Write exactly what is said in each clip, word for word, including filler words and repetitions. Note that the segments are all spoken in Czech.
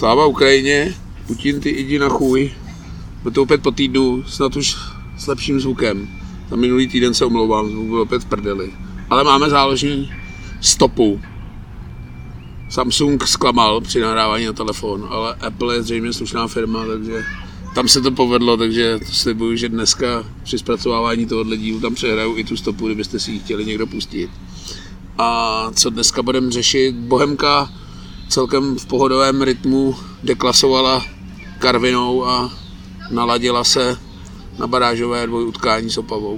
Sláva Ukrajině, Putin ty jdi na chůj. Bude to opět po týdnu, snad už s lepším zvukem. Za minulý týden se omlouvám, zvuk byl opět v prdeli. Ale máme záložní stopu. Samsung zklamal při nahrávání na telefon, ale Apple je zřejmě slušná firma, takže tam se to povedlo, takže to slibuju, že dneska při zpracovávání tohohle dílu tam přehraju i tu stopu, kdybyste si ji chtěli někdo pustit. A co dneska budeme řešit? Bohemka celkem v pohodovém rytmu deklasovala Karvinou a naladila se na barážové dvojutkání s Opavou.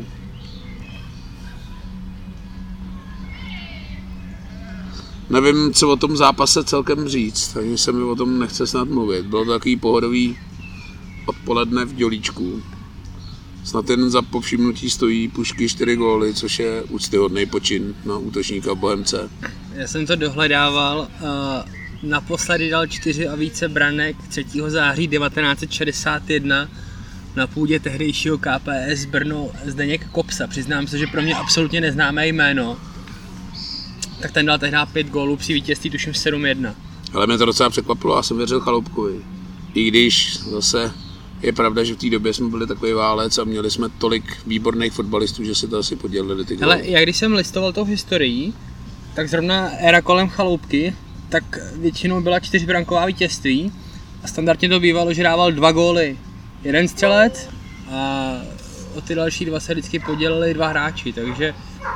Nevím, co o tom zápase celkem říct, takže se mi o tom nechce snad mluvit. Bylo to takový pohodový odpoledne v Dělíčku. Snad jen za povšimnutí stojí Pušky čtyři góly, což je úctyhodný počin na útočníka v Bohemce. Já jsem to dohledával. Naposledy dal čtyři a více branek třetího září devatenáct set šedesát jedna na půdě tehdejšího K P S Brno Zdeněk Kopsa. Přiznám se, že pro mě absolutně neznámé jméno. Tak ten dal tehdy pět gólů při vítězství, tuším sedm jedna. Ale mě to docela překvapilo, já jsem věřil Chaloupkovi. I když zase je pravda, že v té době jsme byli takový válec a měli jsme tolik výborných fotbalistů, že se to asi podělili ty góly. Ale já když jsem listoval tou historií, tak zrovna éra kolem Chaloupky, tak většinou byla čtyřbranková vítězství a standardně to bývalo, že dával dva góly jeden střelec a o ty další dva se vždycky podělili dva hráči, takže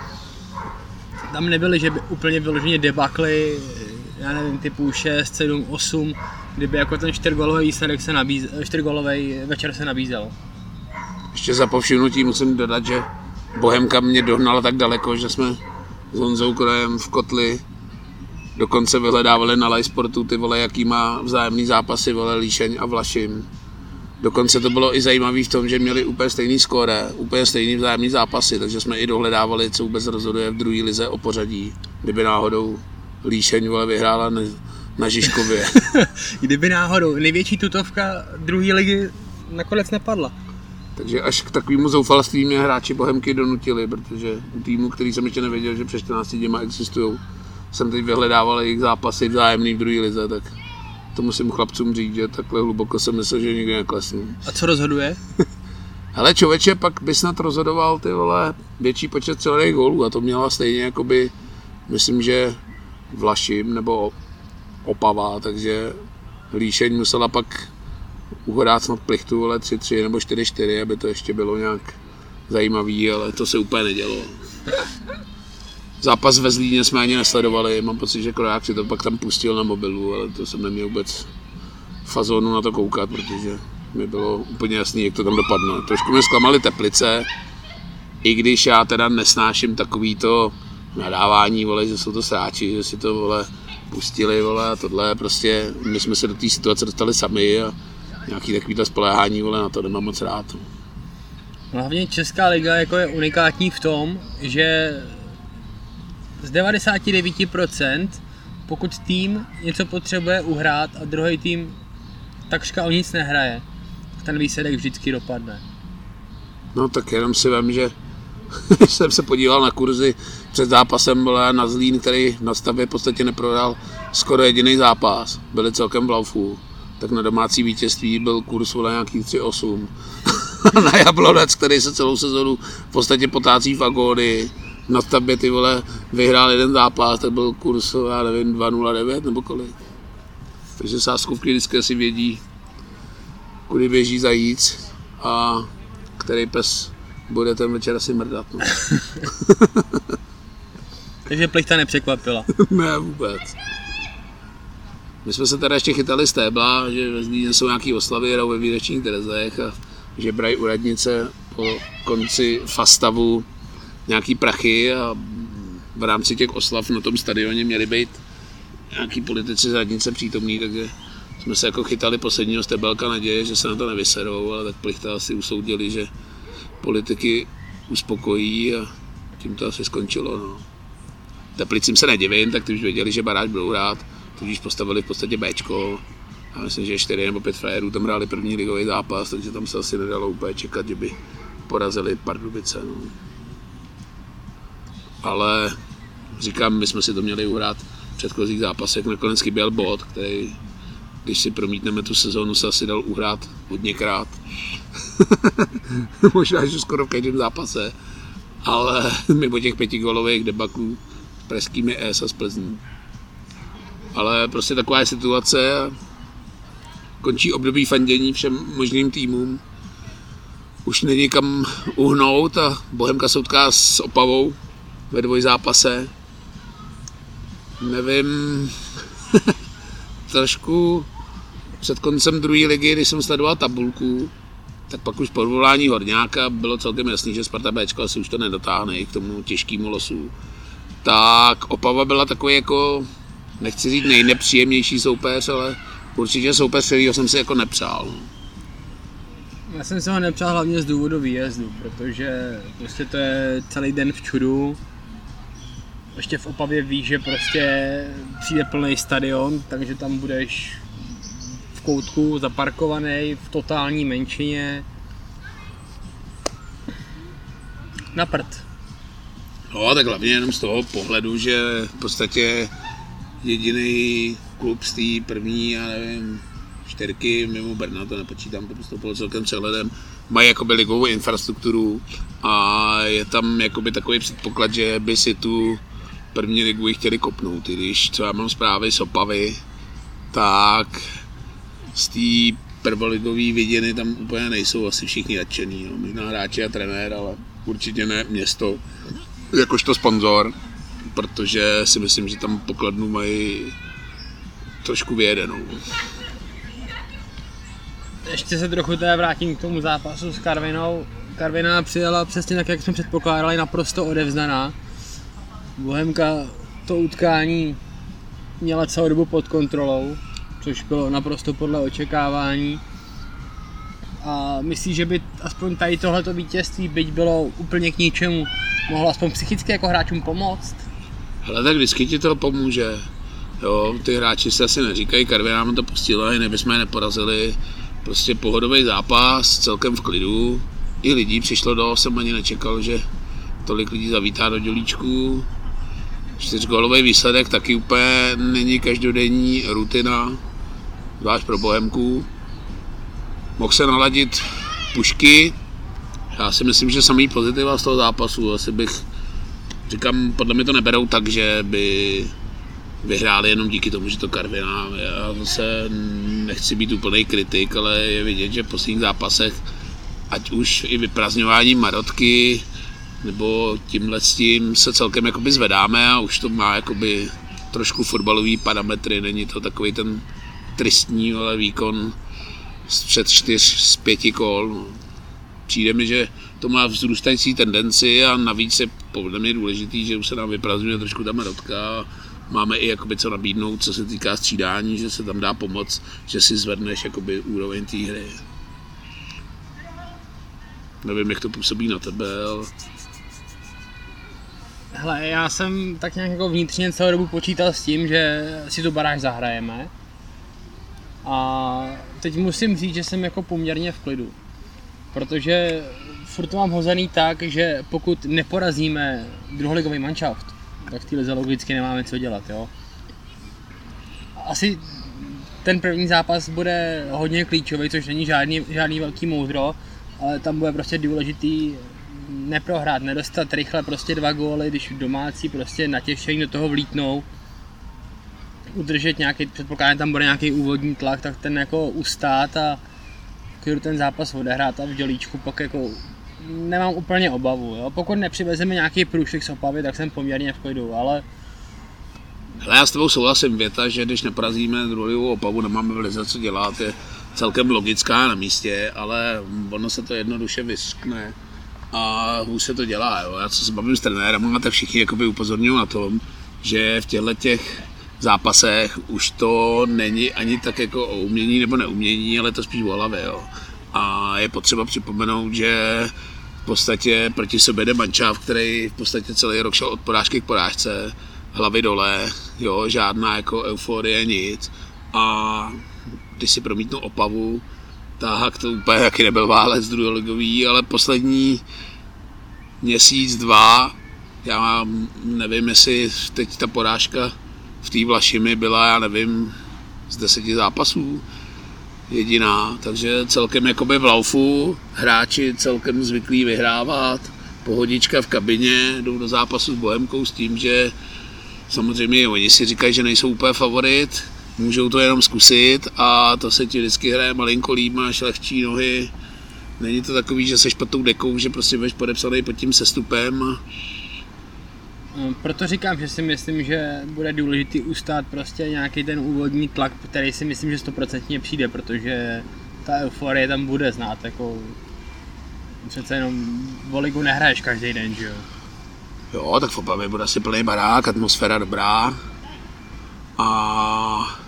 tam nebyly, že by úplně vyloženě debakly, já nevím, typu šest, sedm, osm, kdyby jako ten čtyřgólový výsledek se nabízel, čtyřgólový večer se nabízel. Ještě za povšimnutí musím dodat, že Bohemka mě dohnala tak daleko, že jsme s Honzou Krojem v Kotli dokonce vyhledávali na Live Sportu ty vole, jaký má vzájemný zápasy, vole, Líšeň a Vlašim. Dokonce to bylo i zajímavé v tom, že měli úplně stejný skóre, úplně stejný vzájemný zápasy, takže jsme i dohledávali, co vůbec rozhoduje v druhé lize o pořadí, kdyby náhodou Líšeň vole, vyhrála na, na Žižkově. Kdyby náhodou největší tutovka druhé ligy nakonec nepadla. Takže až k takovému zoufalství mě hráči Bohemky donutili, protože u týmu, který jsem ještě nevěděl, že přes čtrnácti dněma existují, jsem teď vyhledával jejich zápasy vzájemný v druhé lize, tak to musím chlapcům říct, že takhle hluboko jsem myslel, že nikdy neklesnu. A co rozhoduje? Hele člověče, pak by snad rozhodoval ty vole větší počet střelených gólů a to měla stejně jakoby, myslím, že Vlašim nebo Opava, takže Líšeň musela pak uhodát snad plichtu, vole tři tři nebo čtyři čtyři, aby to ještě bylo nějak zajímavý, ale to se úplně nedělo. Zápas ve Zlíně jsme ani nesledovali, mám pocit, že Kroják si to pak tam pustil na mobilu, ale to jsem neměl vůbec fazónu na to koukat, protože mi bylo úplně jasný, jak to tam dopadne. Trošku mě zklamaly Teplice, i když já teda nesnáším takový to nadávání, vole, že jsou to sráči, že si to vole, pustili, vole, a tohle, prostě my jsme se do té situace dostali sami a nějaký takovýhle spoléhání, vole, na to nemám moc rád. No, hlavně Česká liga jako je unikátní v tom, že z devadesát devět procent pokud tým něco potřebuje uhrát a druhý tým takřka o nic nehraje, ten výsledek vždycky dopadne. No tak jenom si vem, že jsem se podíval na kurzy před zápasem, byl na Zlín, který na stavě v podstatě neprohrál skoro jediný zápas, byli celkem v laufu, tak na domácí vítězství byl kurz vole nějaký tři osm. Na Jablonec, který se celou sezonu v podstatě potácí v agónii, na stavbě ty vole vyhrál jeden zápas, tak byl kurz, já nevím, dva nula devět nebo kolik. Takže sázkovky vždycky asi vědí, kudy běží zajíc a který pes bude ten večer asi mrdat. No. Takže plichta nepřekvapila. Ne, vůbec. My jsme se teda ještě chytali z tébla, že ve Zlíně jsou nějaký oslavy, hrajou ve výročních Terezech a že brají u radnice po konci fastavu nějaký prachy a v rámci těch oslav na tom stadioně měli být nějaký politici z radnice přítomní, takže jsme se jako chytali posledního stebelka naděje, že se na to nevyserou, ale tak plichta asi usoudili, že politiky uspokojí a tím to asi skončilo. No. Teplicím se nedivím, tak ty už věděli, že baráž budou hrát, tudíž postavili v podstatě Bčko. A myslím, že čtyři nebo pět frajerů tam hráli první ligový zápas, takže tam se asi nedalo úplně čekat, že by porazili Pardubice. No. Ale říkám, my jsme si to měli uhrát v předchozích zápasech, nakonec chyběl bod, který když si promítneme tu sezónu, se asi dal uhrát hodněkrát. Možná, že skoro v každém zápase, ale mimo těch pětigolových debaklů s pražskými E S a s Plzní. Ale prostě taková je situace a končí období fandění všem možným týmům. Už není kam uhnout a Bohemka se utká s Opavou ve dvojzápase. Nevím, trošku před koncem druhé ligy, když jsem sledoval tabulku, tak pak už po odvolání Horňáka bylo celkem jasný, že Sparta Béčko asi už to nedotáhne k tomu těžkému losu. Tak Opava byla takový jako, nechci říct nejnepříjemnější soupeř, ale určitě soupeř, kterýho jsem si jako nepřál. Já jsem se ho nepřál hlavně z důvodu výjezdu, protože prostě to je celý den v čudu. Ještě v Opavě víš, že prostě přijde plný stadion, takže tam budeš v koutku zaparkovaný v totální menšině. Na prd. No, tak hlavně jenom z toho pohledu, že v podstatě jediný klub z té první, já nevím, čtyřky mimo Brna, to nepočítám, to postoupilo celkem přehledem, mají jakoby ligovou infrastrukturu a je tam jakoby takový předpoklad, že by si tu první ligu ji chtěli kopnout. I když co já mám zprávy z Opavy, tak z té prvoligové viděny tam úplně nejsou asi všichni nadšený. No. Možná hráči a trenér, ale určitě ne město jakožto sponzor, protože si myslím, že tam pokladnu mají trošku vyjedenou. Ještě se trochu teda vrátím k tomu zápasu s Karvinou. Karviná přijela přesně tak, jak jsme předpokládali, naprosto odevzdaná. Bohemka to utkání měla celou dobu pod kontrolou, což bylo naprosto podle očekávání. A myslím, že by aspoň tady tohleto vítězství, byť bylo úplně k ničemu, mohlo aspoň psychicky jako hráčům pomoct? Hele, tak vždycky ti to pomůže. Jo, ty hráči se asi neříkají, Karviná nám to pustila, jinak bychom je neporazili. Prostě pohodový zápas, celkem v klidu. I lidí přišlo do, jsem ani nečekal, že tolik lidí zavítá do dělíčku. Čtyřgólový výsledek taky úplně není každodenní rutina, zvlášť pro Bohemku. Mohl se naladit pušky. Já si myslím, že samý pozitiva z toho zápasu, asi bych, říkám, podle mě to neberou tak, že by vyhráli jenom díky tomu, že to Karviná. Já zase nechci být úplný kritik, ale je vidět, že v posledních zápasech, ať už i vyprazňování Marotky, nebo tímhle s tím se celkem jakoby zvedáme a už to má jakoby trošku fotbalový parametry, není to takový ten tristní ale výkon z před čtyř z pěti kol. Přijde mi, že to má vzrůstající tendenci a navíc je podle mě důležitý, že už se nám vyprazňuje trošku ta Marotka. Máme i jakoby co nabídnout, co se týká střídání, že se tam dá pomoct, že si zvedneš jakoby úroveň té hry. Nevím, jak to působí na tebe, ale... Hele, já jsem tak nějak jako vnitřně celou dobu počítal s tím, že si tu baráž zahrajeme. A teď musím říct, že jsem jako poměrně v klidu. Protože furt to mám hozený tak, že pokud neporazíme druholigový manšaft, tak v té lize logicky nemáme co dělat, jo. Asi ten první zápas bude hodně klíčový, což není žádný, žádný velký moudro, ale tam bude prostě důležitý neprohrát, nedostat rychle prostě dva góly, když domácí prostě natěšení do toho vlítnou, udržet nějaký, předpokládám, tam bude nějaký úvodní tlak, tak ten jako ustát a když ten zápas odehrát a v dělíčku pak jako nemám úplně obavu, jo. Pokud nepřivezeme nějaký průšvih z Opavy, tak jsem poměrně v klidu, ale... Hele, já s tebou souhlasím, věta, že když neporazíme druhou Opavu, nemáme v lize co dělat, je celkem logická na místě, ale ono se to jednoduše vyskne a hůř se to dělá, jo. Já co se bavím s trenérem, tak všichni jakoby upozorňují na tom, že v těchto těch zápasech už to není ani tak jako o umění nebo neumění, ale to spíš o hlavě, jo. A je potřeba připomenout, že v podstatě proti sobě jde mančáv, který v podstatě celý rok šel od porážky k porážce, hlavy dole, jo, žádná jako euforie, nic. A když si promítnu Opavu, tak to úplně taky nebyl válec druholigový, ale poslední měsíc, dva, já nevím, jestli teď ta porážka v té Vlašimi byla, já nevím, z deseti zápasů jediná, takže celkem jakoby v laufu, hráči celkem zvyklí vyhrávat, pohodička v kabině, jdou do zápasu s Bohemkou s tím, že samozřejmě oni si říkají, že nejsou úplně favorit, můžou to jenom zkusit a to se ti vždycky hraje malinko líp, máš lehčí nohy. Není to takový, že seš pod tou dekou, že prostě budeš podepsaný pod tím sestupem. Proto říkám, že si myslím, že bude důležitý ustát prostě nějaký ten úvodní tlak, který si myslím, že stoprocentně přijde, protože ta euforie tam bude znát, jako přece jenom o ligu nehraješ každý den, že jo? Jo, tak v Opavě bude asi plný barák, atmosféra dobrá a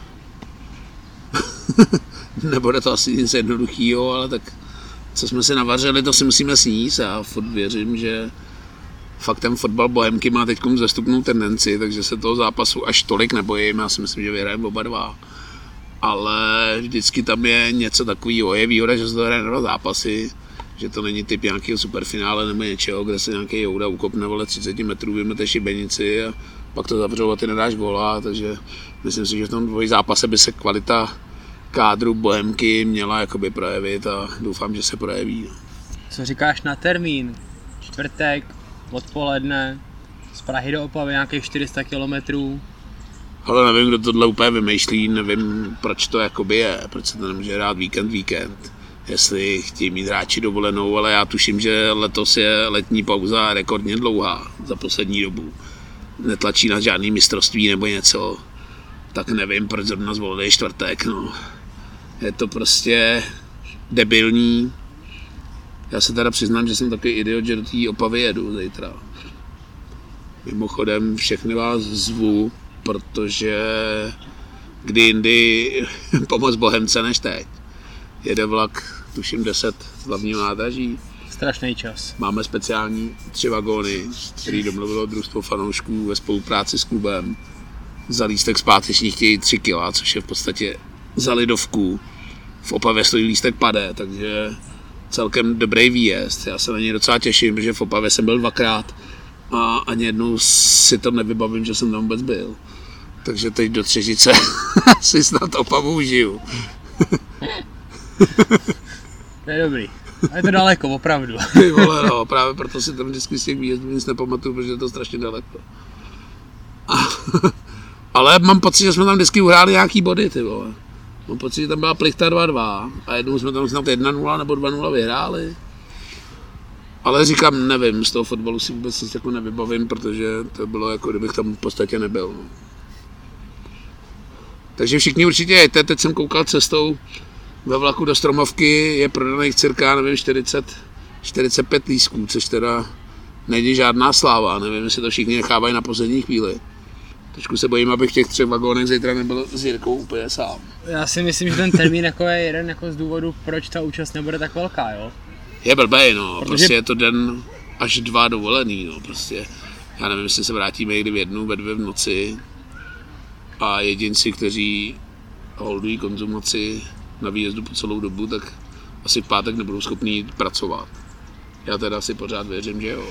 nebude to asi nic jednoduchýho, ale tak co jsme si navařili, to si musíme sníst a furt věřím, že fakt ten fotbal Bohemky má teď zestupnou tendenci, takže se toho zápasu až tolik nebojím, já si myslím, že vyhrajeme oba dva. Ale vždycky tam je něco takového, je výhoda, že se to hraje na dva zápasy, že to není typ nějakého superfinále nebo něčeho, kde se nějaký Jouda ukopne vole třicet metrů, vymete šibenici a pak to zavřou a ty nedáš góla, takže myslím si, že v tom dvoj zápase by se kvalita kádru Bohemky měla jakoby projevit a doufám, že se projeví. Co říkáš na termín? Čtvrtek, odpoledne, z Prahy do Opavy nějakých čtyři sta kilometrů. Ale nevím, kdo tohle úplně vymýšlí, nevím, proč to jakoby je, proč se to nemůže hrát víkend, víkend. Jestli chtějí mít hráči dovolenou, ale já tuším, že letos je letní pauza rekordně dlouhá za poslední dobu. Netlačí na žádný mistrovství nebo něco, tak nevím, proč zrovna zvolili čtvrtek, no. Je to prostě debilní. Já se teda přiznám, že jsem takový idiot, že do té Opavy jedu zítra. Mimochodem všechny vás zvu, protože kdy jindy pomoc Bohemce než teď. Jede vlak, tuším deset z hlavního nádraží. Strašný čas. Máme speciální tři vagóny, který domluvilo družstvo fanoušků ve spolupráci s klubem. Za lístek zpáteční chtějí tři kila, což je v podstatě za lidovku. V Opavě stojí lístek padé, takže celkem dobrý výjezd. Já se na něj docela těším, protože v Opavě jsem byl dvakrát a ani jednou si to nevybavím, že jsem tam vůbec byl. Takže teď do třežice si snad Opavu užiju. To je dobrý. A je to daleko, opravdu. Ty vole, no, právě proto si tam vždycky z těch výjezdů nic nepamatuju, protože je to strašně daleko. Ale mám pocit, že jsme tam vždycky uhráli nějaký body, ty vole. Mám pocit, že tam byla plichta dva dva a jednou jsme tam snad jedna nula nebo dva nula vyhráli. Ale říkám, nevím, z toho fotbalu si vůbec nic jako nevybavím, protože to bylo jako kdybych tam v podstatě nebyl. No. Takže všichni určitě jejte, teď jsem koukal cestou ve vlaku do Stromovky, je prodaných cirka, nevím, čtyřicet, čtyřicet pět lístků, což teda není žádná sláva, nevím, jestli to všichni nechávají na poslední chvíli. Trošku se bojím, abych v těch třech vagónech zítra nebyl s Jirkou úplně sám. Já si myslím, že ten termín jako je jeden jako z důvodu, proč ta účast nebude tak velká, jo? Je blbej, no, Protože... prostě je to den až dva dovolený, no, prostě. Já nevím, jestli se vrátíme někdy v jednu, ve dvě v noci a jedinci, kteří holdují konzumaci na výjezdu po celou dobu, tak asi v pátek nebudou schopni jít pracovat. Já teda si pořád věřím, že jo.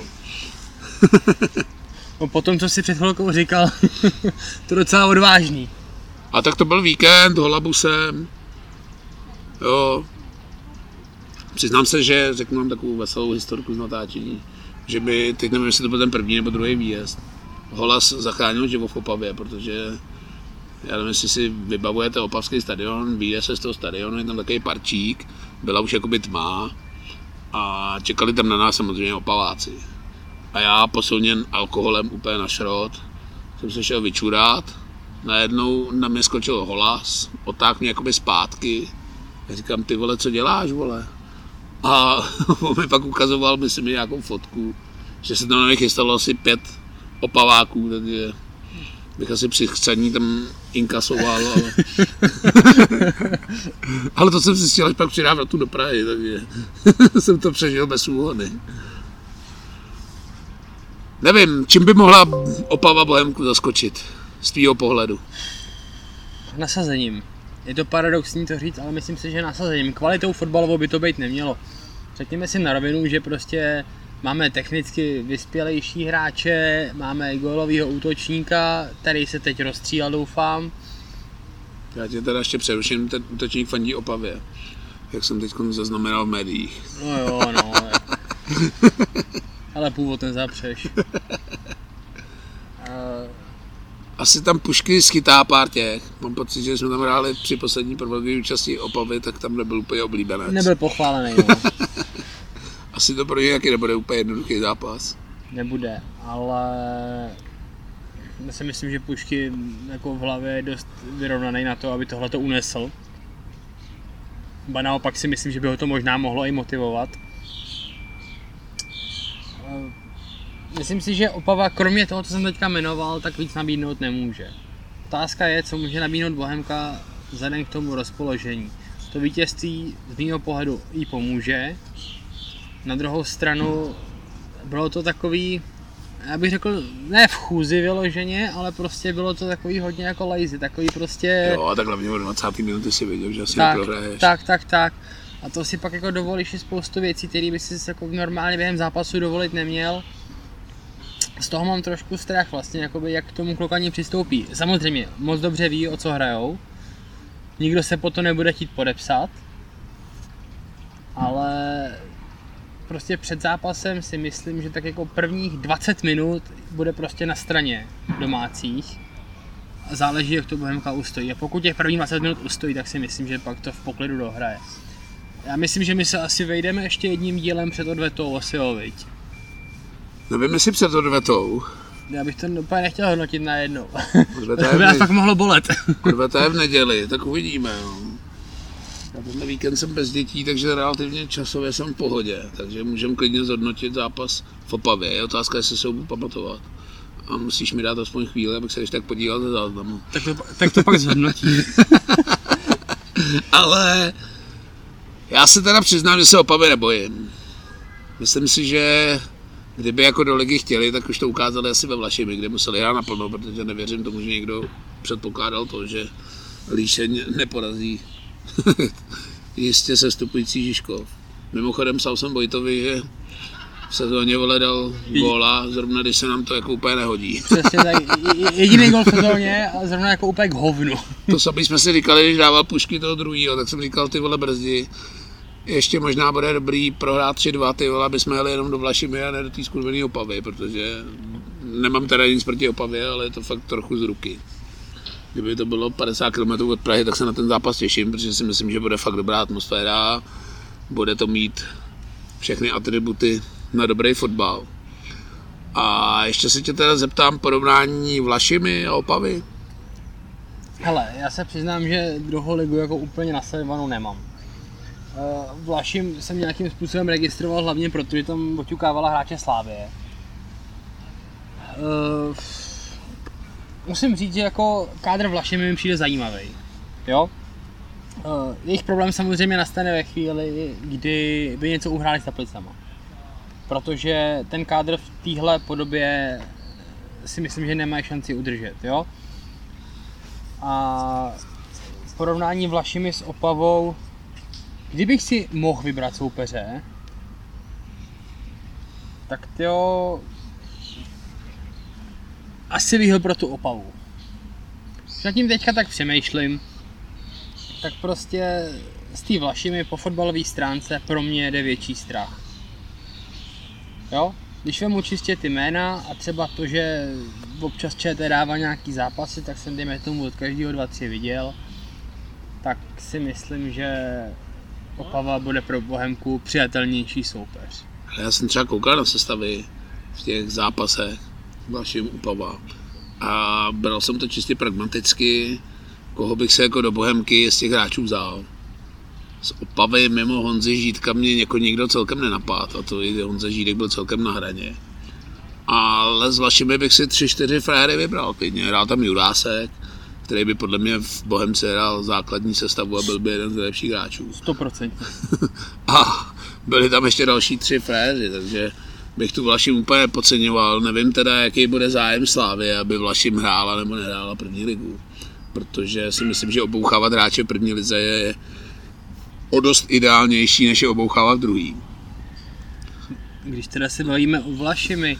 No potom, co jsi před chvilkou říkal, to docela odvážný. A tak to byl víkend, holabusem, jo. Přiznám se, že řeknu vám takovou veselou historku z natáčení, že by, teď nevím, jestli to byl ten první nebo druhý výjezd, Holas zachránil život v Opavě, protože já nevím, jestli si vybavujete opavský stadion, vyjde se z toho stadionu, je tam takový parčík, byla už jakoby tma a čekali tam na nás samozřejmě Opaváci. A já posilněn alkoholem úplně na šrot, jsem se šel vyčurat, najednou na mě skočil Holas, otáhl mě jakoby zpátky, já říkám, ty vole, co děláš, vole? A on mi pak ukazoval, myslím, nějakou fotku, že se tam na mě chystalo asi pět Opaváků, takže bych asi při chcaní tam inkasoval, ale... ale to jsem si chtěl až pak při návratu do Prahy, takže jsem to přežil bez úhony. Nevím, čím by mohla Opava Bohemku zaskočit z tvýho pohledu? Nasazením. Je to paradoxní to říct, ale myslím si, že nasazením. Kvalitou fotbalovou by to být nemělo. Řekněme si na rovinu, že prostě máme technicky vyspělejší hráče, máme gólovýho útočníka, který se teď rozstřílel, doufám. Já tě teda ještě přeruším, ten útočník fandí Opavě, jak jsem teď zaznamenal v médiích. No jo, no. Ale původ nezapřeš. Uh... Asi tam Pušky schytá pár těch. Mám pocit, že jsme tam hráli při poslední provodní účastí Opavy, tak tam nebyl úplně oblíbenec. Nebyl pochválený, no. Asi to pro něj taky nebude úplně jednoduchý zápas. Nebude, ale já si myslím, že Pušky jako v hlavě je dost vyrovnaný na to, aby tohle to unesl. Ba naopak si myslím, že by ho to možná mohlo i motivovat. Myslím si, že Opava kromě toho, co jsem teďka jmenoval, tak víc nabídnout nemůže. Otázka je, co může nabídnout Bohemka vzhledem k tomu rozpoložení. To vítězství z mého pohledu jí pomůže. Na druhou stranu bylo to takový, já bych řekl, ne v chůzi vyloženě, ale prostě bylo to takový hodně jako lazy, takový prostě... Jo, a tak hlavně o dvacáté minuty si věděl, že asi tak, neprohraješ. Tak, tak, tak. A to si pak jako dovolíš i spoustu věcí, které by si jako normálně během zápasu dovolit neměl. Z toho mám trošku strach vlastně, jakoby, jak k tomu klukani přistoupí. Samozřejmě, moc dobře ví, o co hrajou. Nikdo se po to nebude chtít podepsat. Ale prostě před zápasem si myslím, že tak jako prvních dvacet minut bude prostě na straně domácích. A záleží, jak to Bohemka ustojí. A pokud těch prvních dvacet minut ustojí, tak si myslím, že pak to v poklidu dohraje. Já myslím, že my se asi vejdeme ještě jedním dílem před odvetou Osil, viď? Nevím, jestli před odvetou. Já bych to úplně nechtěl hodnotit najednou. Odveta To by nás pak mohlo bolet. Odveta je v neděli, tak uvidíme. No. Já tenhle víkend jsem bez dětí, takže relativně časově jsem v pohodě. Takže můžeme klidně zhodnotit zápas v Opavě. Je otázka, jestli se ho budu pamatovat. A musíš mi dát aspoň chvíli, abych se ještě tak podíval ze záznamu. Tak to, tak to pak zhodnotí. Ale já se teda přiznám, že se Opavy nebojím. Myslím si, že kdyby jako do ligy chtěli, tak už to ukázali asi ve Vlašimi, kde museli hrát naplno, protože nevěřím tomu, že někdo předpokládal to, že Líšeň neporazí jistě sestupující Žižkov. Mimochodem psal jsem Vojtovi, že v sezóně vole dal góla, zrovna když se nám to jako úplně nehodí. Přesně tak, jediný gól v sezóně a zrovna jako úplně k hovnu. To sami jsme si říkali, když dával Pušky toho druhýho, tak jsem říkal, ty vole brzdi. Ještě možná bude dobrý prohrát tři dva, ty vole, aby jsme jeli jenom do Vlašimi a ne do té skurvený Opavy, protože nemám teda nic proti Opavě, ale je to fakt trochu z ruky. Kdyby to bylo padesát kilometrů od Prahy, tak se na ten zápas těším, protože si myslím, že bude fakt dobrá atmosféra, bude to mít všechny atributy na dobrý fotbal. A ještě se tě teda zeptám porovnání Vlašimi a Opavy. Hele, já se přiznám, že druhou ligu jako úplně nasledovanou nemám. Vlašim jsem nějakým způsobem registroval hlavně proto, že tam oťukávala hráče Slávie. Uh, musím říct, že jako kádr Vlašimi mi přijde zajímavý. Jo? Uh, jejich problém samozřejmě nastane ve chvíli, kdy by něco uhráli s Teplicama. Protože ten kádr v téhle podobě si myslím, že nemají šanci udržet. Jo? A porovnání Vlašimi s Opavou, kdybych si mohl vybrat soupeře, tak tyjo, asi bych byl pro tu Opavu. Když nad tím teďka tak přemýšlím, tak prostě z té Vlašimi po fotbalové stránce pro mě jde větší strach. Jo? Když vemu čistě ty jména a třeba to, že občas ČT dává nějaký zápasy, tak jsem dejme tomu od každého dva, tři viděl, tak si myslím, že Opava bude pro Bohemku přijatelnější soupeř. Já jsem třeba koukal na sestavy v těch zápasech Vlašim Opava a bral jsem to čistě pragmaticky, koho bych se jako do Bohemky z těch hráčů vzal. Z Opavy mimo Honzy Žídka mě jako nikdo celkem nenapadl, a to i Honza Žídek byl celkem na hraně. Ale s Vlašimi bych si tři, čtyři frajery vybral klidně. Hrál tam Jurásek, který by podle mě v Bohemce hrál základní sestavu a byl by jeden z nejlepších hráčů. sto procent. A byli tam ještě další tři frajeři, takže bych tu Vlašim úplně podceňoval. Nevím teda, jaký bude zájem Slávy, aby Vlašim hrála nebo nehrála první ligu. Protože si myslím, že obouchávat hráče první lize je o dost ideálnější, než je obouchávat druhý. Když teda se bavíme o Vlašimi,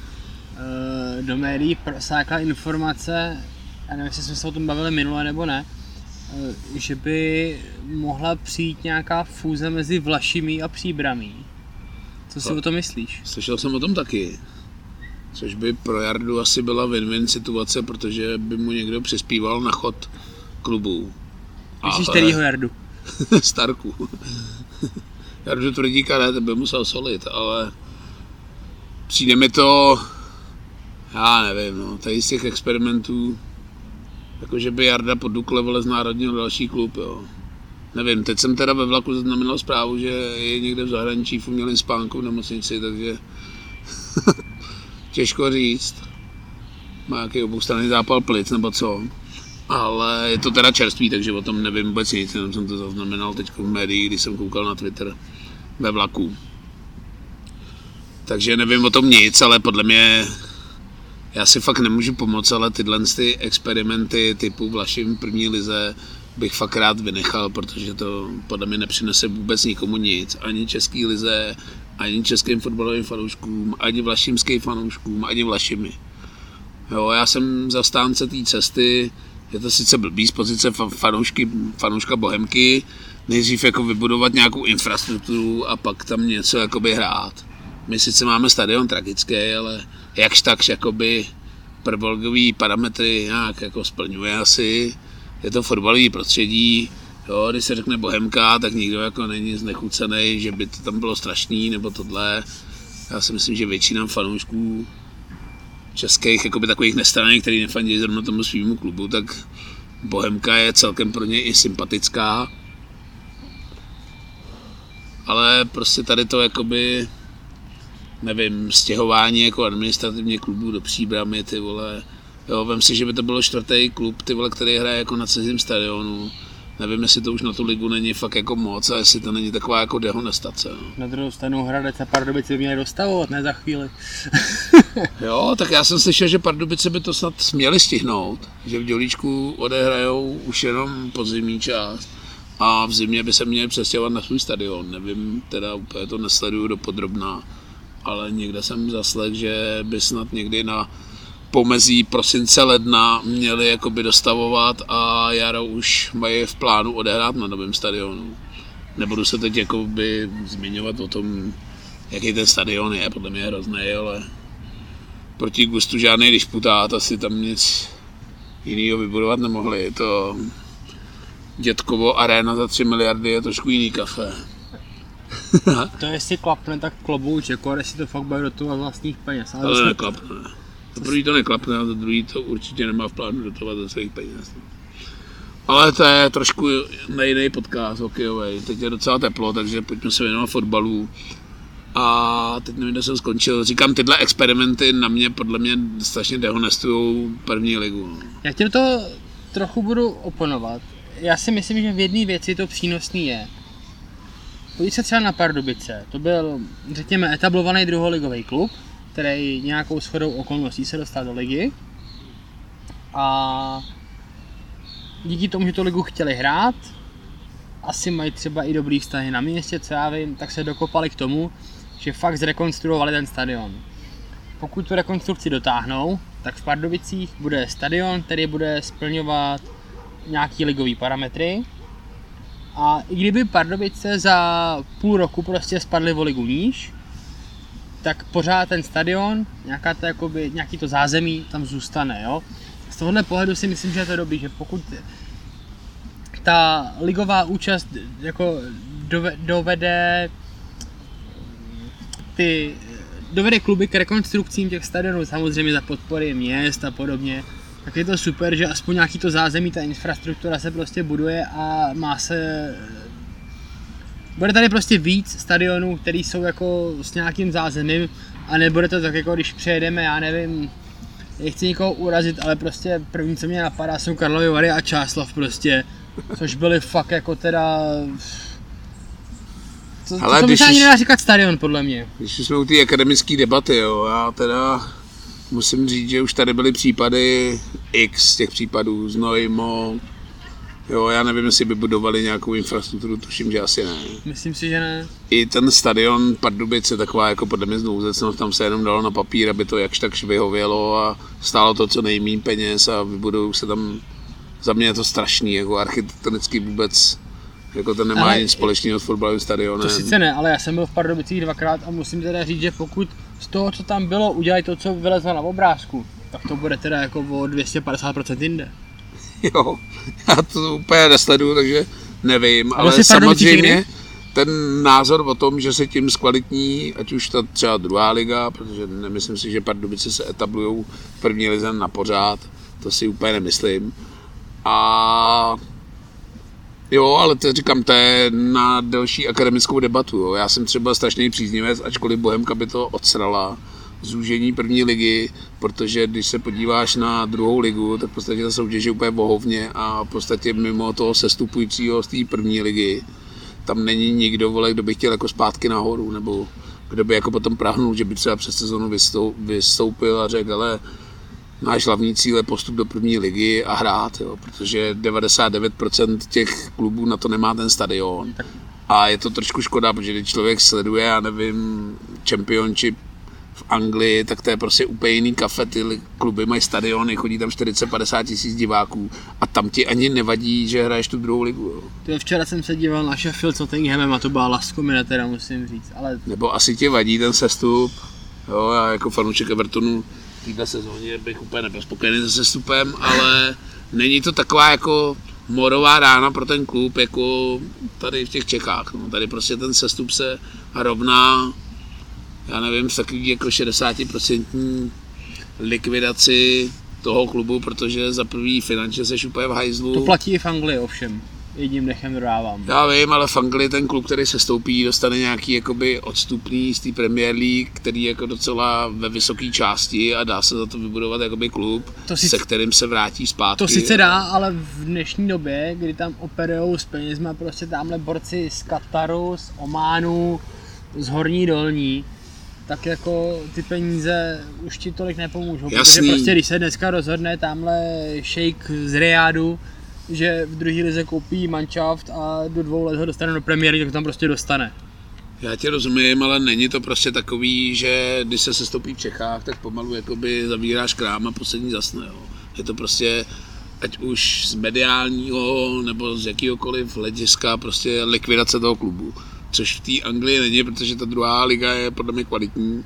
do médií prosákla informace, já nevím, jestli jsme se o tom bavili minule nebo ne, že by mohla přijít nějaká fúze mezi Vlašimi a Příbramí. Co si no, o tom myslíš? Slyšel jsem o tom taky. Což by pro Jardu asi byla win-win situace, protože by mu někdo přispíval na chod klubu. Myslíš kterýho Jardu? Starku. Jardu Tvrdíka ne, ten by musel solit, ale přijde mi to, já nevím, no, tady z těch experimentů, jakože by Jarda pod Dukle vole znárodnil další klub, jo. Nevím, teď jsem teda ve vlaku zaznamenal zprávu, že je někde v zahraničí v umělém spánku v nemocnici, takže těžko říct. Má nějaký oboustranný zápal plic nebo co. Ale je to teda čerstvý, takže o tom nevím vůbec nic, jenom jsem to zaznamenal teď v médiích, když jsem koukal na Twitter ve vlaku. Takže nevím o tom nic, ale podle mě já si fakt nemůžu pomoct, ale tyhle ty experimenty typu Vlašim v první lize bych fakt rád vynechal, protože to podle mě nepřinese vůbec nikomu nic. Ani český lize, ani českým fotbalovým fanouškům, ani vlašimským fanouškům, ani Vlašimi. Jo, já jsem zastánce té cesty, je to sice blbý z pozice fanoušky, fanouška Bohemky, nejdřív jako vybudovat nějakou infrastrukturu a pak tam něco jakoby hrát. My sice máme stadion tragický, ale jakž takž jakoby prvoligový parametry nějak jako splňuje asi. Je to fotbalový prostředí, jo, když se řekne Bohemka, tak nikdo jako není znechucený, že by to tam bylo strašný nebo tohle. Já si myslím, že většina fanoušků českých jakoby takových nestranných, který nefandí zrovna tomu svýmu klubu, tak Bohemka je celkem pro ně i sympatická. Ale prostě tady to jakoby, nevím, stěhování jako administrativně klubů do Příbramy, ty vole. Jo, vem si, že by to bylo čtvrtý klub, ty vole, který hraje jako na cizím stadionu. Nevím, jestli to už na tu ligu není fakt jako moc a jestli to není taková jako dehonestace. No. Na druhou stranu Hradec a Pardubice by měli dostavovat, ne za chvíli. Jo, tak já jsem slyšel, že Pardubice by to snad směli stihnout, že v Dělíčku odehrajou už jenom podzimní část a v zimě by se měli přestěhovat na svůj stadion. Nevím, teda úplně to nesleduju dopodrobna, ale někde jsem zaslech, že by snad někdy na pomezí prosince ledna měli jakoby dostavovat a jaro už mají v plánu odehrát na novém stadionu. Nebudu se teď jakoby zmiňovat o tom, jaký ten stadion je, podle mě je hrozný, ale proti gustu žádný disputát, asi tam nic jinýho vybudovat nemohli. To Dětkovo aréna za tři miliardy je trošku jiný kafe. To jestli klapne, tak klobouk, jako jestli to fakt bude dotovat vlastních peněz. Ale, ale jsme... neklapne. To první to neklapne a to druhý to určitě nemá v plánu dotovat za svých peněz. Ale to je trošku nejnej podcast hokejovej. Teď je docela teplo, takže pojďme se věnovat fotbalu. A teď nevím, kde jsem skončil. Říkám, tyhle experimenty na mě podle mě strašně dehonestujou první ligu. Já tě to trochu budu oponovat. Já si myslím, že v jedné věci to přínosný je. Pojď se třeba na Pardubice. To byl, řekněme, etablovaný druholigový klub, který nějakou shodou okolností se dostal do ligy. A díky tomu, že tu ligu chtěli hrát, asi mají třeba i dobrý vztahy na městě, co já vím, tak se dokopali k tomu, že fakt zrekonstruovali ten stadion. Pokud tu rekonstrukci dotáhnou, tak v Pardubicích bude stadion, který bude splňovat nějaký ligový parametry. A i kdyby Pardubice za půl roku prostě spadly o ligu níž, tak pořád ten stadion, nějaká to, jakoby, nějaký to zázemí tam zůstane. Jo? Z tohohle pohledu si myslím, že je to dobrý, že pokud ta ligová účast jako dovede ty dovede kluby k rekonstrukcím těch stadionů, samozřejmě za podpory měst a podobně, tak je to super, že aspoň nějaký to zázemí, ta infrastruktura se prostě buduje a má se... Bude tady prostě víc stadionů, které jsou jako s nějakým zázemím a nebude to tak jako když přejedeme, já nevím, nechci nikoho urazit, ale prostě první, co mě napadá, jsou Karlovy Vary a Čáslav prostě, což byly fakt jako teda... To, to, to mi se ani nedá říkat stadion, podle mě. Když jsme u té akademické debaty, jo, já teda musím říct, že už tady byly případy X těch případů, Znojmo, jo, já nevím, jestli by budovali nějakou infrastrukturu, tuším, že asi ne. Myslím si, že ne. I ten stadion Pardubice, taková jako podle mě znouzecnost, tam se jenom dalo na papír, aby to jakž takž vyhovělo a stálo to co nejméně peněz a vybudou se tam za mě je to strašný, jako architektonicky vůbec, jako to nemá nic společného s fotbalovým stadionem. To sice ne, ale já jsem byl v Pardubicích dvakrát a musím teda říct, že pokud z toho, co tam bylo, udělají to, co vylezlo na obrázku, tak to bude teda jako o dvě stě padesát procent jinde. Jo, já to úplně nesleduju, takže nevím, ale samozřejmě ten názor o tom, že se tím zkvalitní, ať už ta třeba druhá liga, protože nemyslím si, že Pardubice se etablujou v první lize na pořád, to si úplně nemyslím. A jo, ale to říkám, to je na další akademickou debatu. Jo. Já jsem třeba strašný příznivec, ačkoliv Bohemka by to odsrala, zúžení první ligy, protože když se podíváš na druhou ligu, tak v podstatě ta soutěž je úplně bohovně a v podstatě mimo toho sestupujícího z té první ligy tam není nikdo, vole, kdo by chtěl jako zpátky nahoru, nebo kdo by jako potom prahnul, že by třeba přes sezonu vystoupil a řekl, ale náš hlavní cíl je postup do první ligy a hrát, jo, protože devadesát devět procent těch klubů na to nemá ten stadion. A je to trošku škoda, protože když člověk sleduje, já nevím, Championship v Anglii, tak to je prostě úplně jiný kafe, ty kluby mají stadiony, chodí tam čtyřicet padesát tisíc diváků a tam ti ani nevadí, že hraješ tu druhou ligu. Jo. To je, včera jsem se díval na Sheffield s Nottinghamem a to byla laskomina, teda musím říct, ale... Nebo asi ti vadí ten sestup, jo, já jako fanoušek Evertonu v této sezóně bych úplně nebyl spokojený se sestupem, ale není to taková jako morová rána pro ten klub, jako tady v těch Čechách, no. Tady prostě ten sestup se rovná, já nevím, s takový jako šedesát procent likvidaci toho klubu, protože za prvý finančně seš úplně v hajzlu. To platí i v Anglii ovšem, jedním dechem dodávám. Já vím, ale v Anglii ten klub, který se stoupí, dostane nějaký jakoby odstupný z té Premier League, který je jako docela ve vysoké části a dá se za to vybudovat jakoby klub, to se sice, kterým se vrátí zpátky. To sice dá, ale v dnešní době, kdy tam operujou s penězma prostě tamhle borci z Kataru, z Ománu, z Horní Dolní, tak jako ty peníze už ti tolik nepomůžou. Jasný. Protože prostě když se dneska rozhodne tamhle šejk z Riádu, že v druhé lize koupí manšaft a do dvou let ho dostane do premiéry, tak tam prostě dostane. Já tě rozumím, ale není to prostě takový, že když se sestoupí v Čechách, tak pomalu jakoby zavíráš krám a poslední zasne. Jo. Je to prostě, ať už z mediálního nebo z jakýhokoliv hlediska, prostě likvidace toho klubu. Což v té Anglii není, protože ta druhá liga je podle mě kvalitní.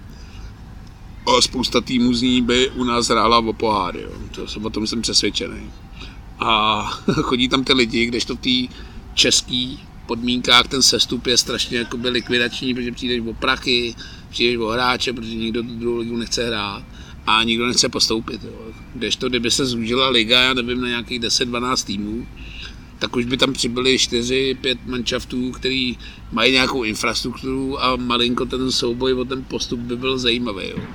A spousta týmů z ní by u nás hrála o poháry, jo. To jsem, o tom jsem přesvědčený. A chodí tam ty lidi, kdežto v té české podmínkách ten sestup je strašně jakoby likvidační, protože přijdeš o prachy, přijdeš o hráče, protože nikdo tu druhou ligu nechce hrát a nikdo nechce postoupit. Jo. Kdežto, kdyby se zúžila liga, já nevím, na nějakých deset dvanáct týmů, tak už by tam přibyly čtyři pět manšaftů, který mají nějakou infrastrukturu a malinko ten souboj o ten postup by byl zajímavý. Jo.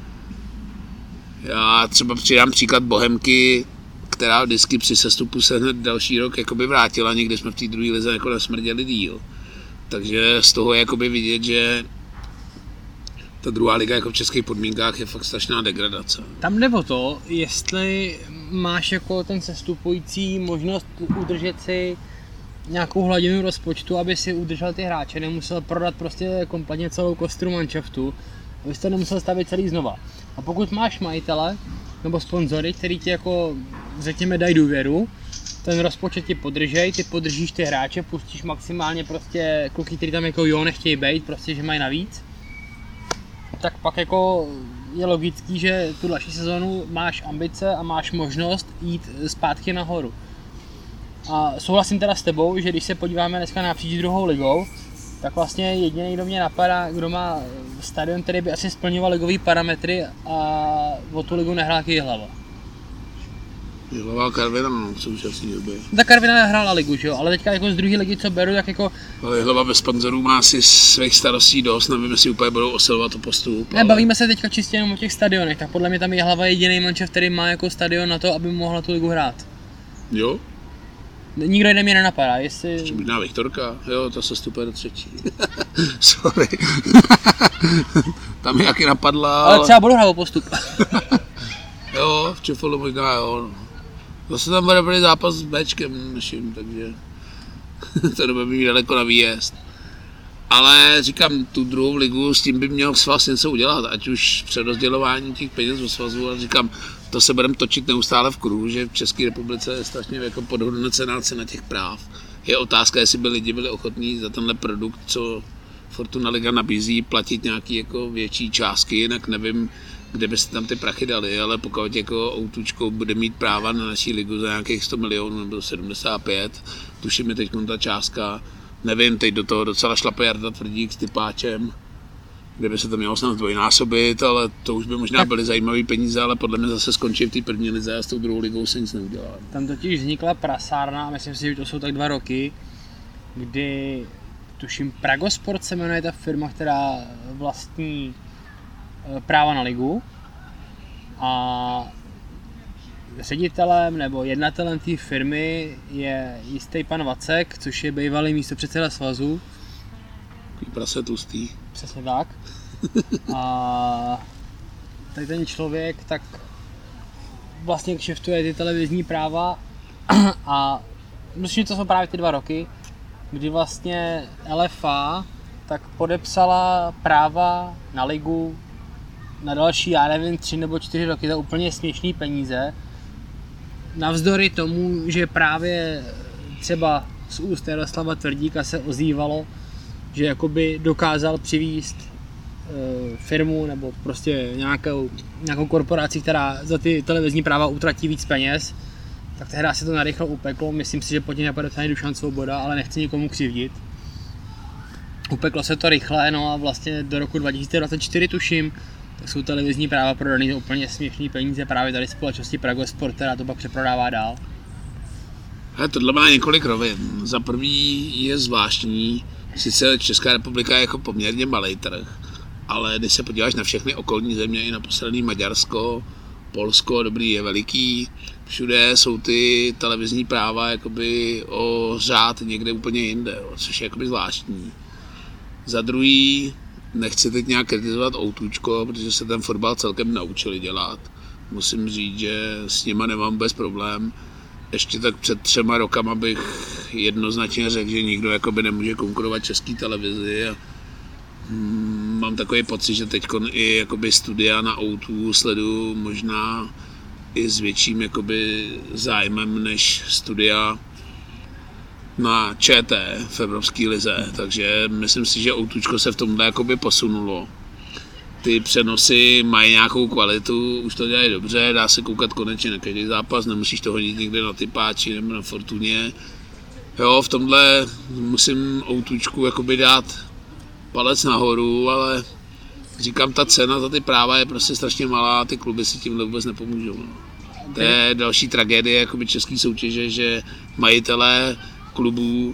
Já třeba přidám příklad Bohemky, která vždycky při sestupu se hned další rok jakoby vrátila, někdy jsme v té druhé lize jako nesmrděli díl. Takže z toho je jakoby vidět, že ta druhá liga jako v českých podmínkách je fakt strašná degradace. Tam jde o to, jestli máš jako ten sestupující možnost udržet si nějakou hladinu rozpočtu, aby si udržel ty hráče, nemusel prodat prostě kompletně celou kostru manšaftu, abys to nemusel stavit celý znova. A pokud máš majitele nebo sponzory, který ti jako řekněme dají důvěru, ten rozpočet ti podržej, ty podržíš ty hráče, pustíš maximálně prostě kluky, kteří tam jako jo nechtějí být, prostě že mají navíc, tak pak jako je logický, že tu další sezonu máš ambice a máš možnost jít zpátky nahoru. A souhlasím teda s tebou, že když se podíváme dneska napříč druhou ligou, tak vlastně jediný, kdo mě napadá, kdo má stadion, který by asi splňoval ligový parametry a o tu ligu nehrál Jihlava. Jihlava Karviná v současné době. Ta Karviná nehrála ligu, že jo, ale teďka jako z druhé ligy, co beru, tak jako... Ale Jihlava bez sponzorů má asi svých starostí dost, nevím, jestli úplně budou osilovat to postup. Ne, ale... bavíme se teďka čistě jenom o těch stadionech, tak podle mě tam Jihlava je jediný manšaft, který má jako stadion na to, aby mohla tu ligu hrát. Jo? Nikdo jiný mě nenapadá, jestli... Ještě možná Viktorka, jo, ta se stupuje do třetí. Sorry. Tam jaký napadla, ale... ale třeba budu hrát o postup. Jo, v Čefolu možná jo. Zase tam bude dobrý zápas s Bčkem naším, takže to nebude mít daleko na výjezd. Ale říkám, tu druhou ligu, s tím by měl svaz něco udělat, ať už přerozdělování těch peněz do svazu, ale říkám, to se budeme točit neustále v kruhu, že v České republice je strašně jako podhodnocená cena těch práv. Je otázka, jestli by lidi byli ochotní za tenhle produkt, co Fortuna Liga nabízí, platit nějaký jako větší částky, jinak nevím, kde by se tam ty prachy dali, ale pokud jako Outučko bude mít práva na naší ligu za nějakých sto milionů nebo sedmdesát pět, tuším je teď ta částka, nevím, teď do toho docela šlape Jarda Tvrdík s Typáčem, kde by se to mělo snad dvojnásobit, ale to už by možná byly zajímavé peníze, ale podle mě zase skončí v té první lize a s tou druhou ligou se nic neudělá. Tam totiž vznikla prasárna, myslím si, že to jsou tak dva roky, kdy tuším Pragosport se jmenuje ta firma, která vlastní práva na ligu a ředitelem nebo jednatelem té firmy je jistý pan Vacek, což je bývalý místopředseda svazu. Takový prase tlustý. Přesně tak. A tady ten člověk tak vlastně kšeftuje ty televizní práva a myslím, že to jsou právě ty dva roky, kdy vlastně L F A tak podepsala práva na ligu na další, já nevím, tři nebo čtyři roky, to úplně směšný peníze. Navzdory tomu, že právě třeba z úst Jaroslava Tvrdíka se ozývalo, že jakoby dokázal přivést e, firmu nebo prostě nějakou, nějakou korporaci, která za ty televizní práva utratí víc peněz, tak tehdy se to narychlo upeklo. Myslím si, že pod tím nepodepsaný Dušan Svoboda, ale nechci nikomu křivdit. Upeklo se to rychle, no a vlastně do roku dva tisíce dvacet čtyři tuším, tak jsou televizní práva prodaný za úplně směšný peníze právě tady společnosti Pragosport, která to pak přeprodává dál. Hele, tohle má několik rovin. Za prvý je zvláštní, sice Česká republika je jako poměrně malý trh, ale když se podíváš na všechny okolní země, i na poslední Maďarsko, Polsko, dobrý, je veliký, všude jsou ty televizní práva jakoby o řád někde úplně jinde, jo, což je jakoby zvláštní. Za druhý, nechci teď nějak kritizovat Outučko, protože se ten fotbal celkem naučili dělat. Musím říct, že s nima nemám vůbec problém. Ještě tak před třema rokama bych jednoznačně řekl, že nikdo jakoby nemůže konkurovat české televizi. A mm, mám takový pocit, že teď i jakoby studia na O dva sleduju možná i s větším jakoby zájmem než studia na Č T v Evropské lize, takže myslím si, že Outučko se v tomhle jakoby posunulo. Ty přenosy mají nějakou kvalitu, už to dělají dobře, dá se koukat konečně na každý zápas, nemusíš to hodit někde na Typáči nebo na Fortuně. Jo, v tomhle musím Outučku jakoby dát palec nahoru, ale říkám, ta cena za ty práva je prostě strašně malá a ty kluby si tím vůbec nepomůžou. To je další tragédie jakoby české soutěže, že majitelé klubů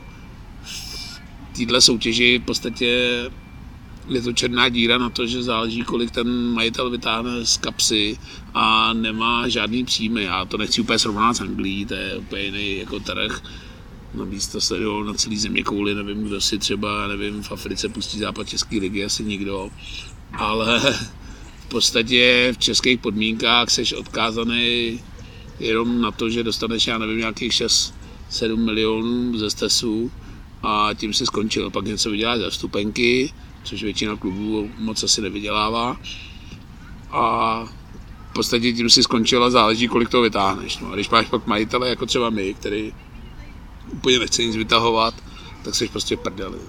v této soutěži v podstatě je to černá díra na to, že záleží, kolik ten majitel vytáhne z kapsy a nemá žádný příjmy. Já to nechci úplně srovnat s Anglií, to je úplně jiný jako trh. Navíc to sledují na celý země kouli, nevím, kdo si třeba, nevím, v Africe pustí západ České ligy, asi nikdo. Ale v podstatě v českých podmínkách seš odkázaný jenom na to, že dostaneš, já nevím, nějakých šest sedm milionů ze stesu a tím si skončil. Pak něco vyděláš za vstupenky, což většina klubů moc asi nevydělává. A v podstatě tím si skončil a záleží, kolik toho vytáhneš. No a když máš pak majitele, jako třeba my, který úplně nechce nic vytahovat, tak jsi prostě v prdeli.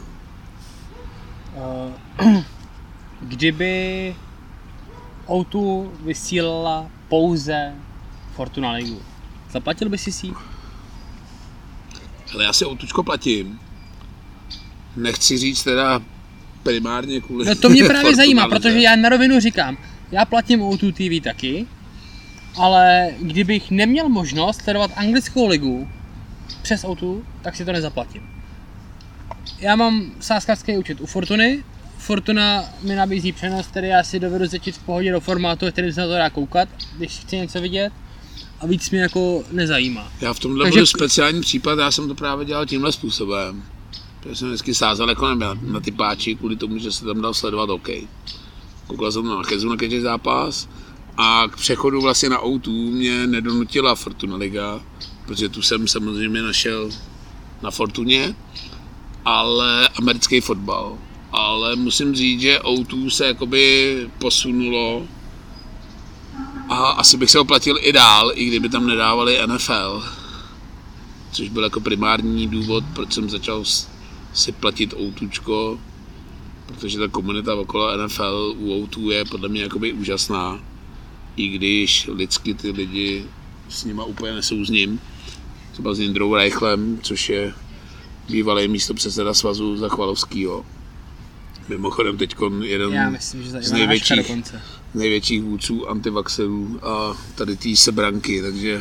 Uh, kdyby O dva vysílala pouze Fortuna Ligu, zaplatil by si si? Ale já si Outučko platím. Nechci říct teda primárně kvůli... No to mě právě zajímá, protože já na rovinu říkám, já platím O dva T V taky, ale kdybych neměl možnost sledovat anglickou ligu přes O dva, tak si to nezaplatím. Já mám sázkařský účet u Fortuny, Fortuna mi nabízí přenos, který já si dovedu zečit v pohodě do formátu, který se na to dá koukat, když chci něco vidět. A víc mě jako nezajímá. Já v tomhle Takže... budu speciální případ, já jsem to právě dělal tímhle způsobem. Protože jsem vždycky sázal jako na, na Typáči, kvůli tomu, že se tam dal sledovat hokej. Koukal jsem na Markézu na každý zápas a k přechodu vlastně na O dva mě nedonutila Fortuna Liga, protože tu jsem samozřejmě našel na Fortuně, ale americký fotbal. Ale musím říct, že O dva se jakoby posunulo a asi bych se oplatil i dál, i kdyby tam nedávali N F L. Což byl jako primární důvod, proč jsem začal si platit outučko, protože ta komunita okolo N F L u Outu je podle mě jakoby úžasná, i když lidsky ty lidi s nima úplně nesouzním. Třeba s Jindrou Reichlem, což je bývalý místopředseda svazu Zachvalovskýho. Mimochodem teď jeden Já myslím, že z největších, největších vůdců antivaxerů a tady té sebranky, takže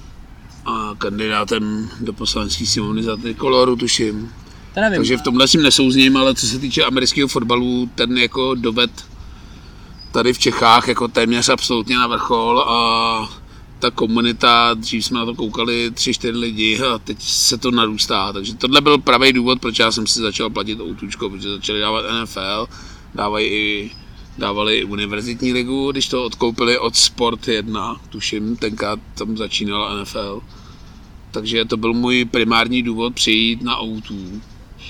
a kandidátem do poslanecké sněmovny za Trikoloru, tuším. Takže v tomhle si nesouzním, ale co se týče amerického fotbalu, ten jako doved tady v Čechách jako téměř absolutně na vrchol a ta komunita, dřív jsme na to koukali tři čtyři lidi a teď se to narůstá, takže tohle byl pravý důvod, proč já jsem si začal platit outučko, protože začali dávat N F L, dávají i, dávali i univerzitní ligu, když to odkoupili od Sport jedna, tuším, tenkrát tam začínala N F L, takže to byl můj primární důvod přijít na Outu.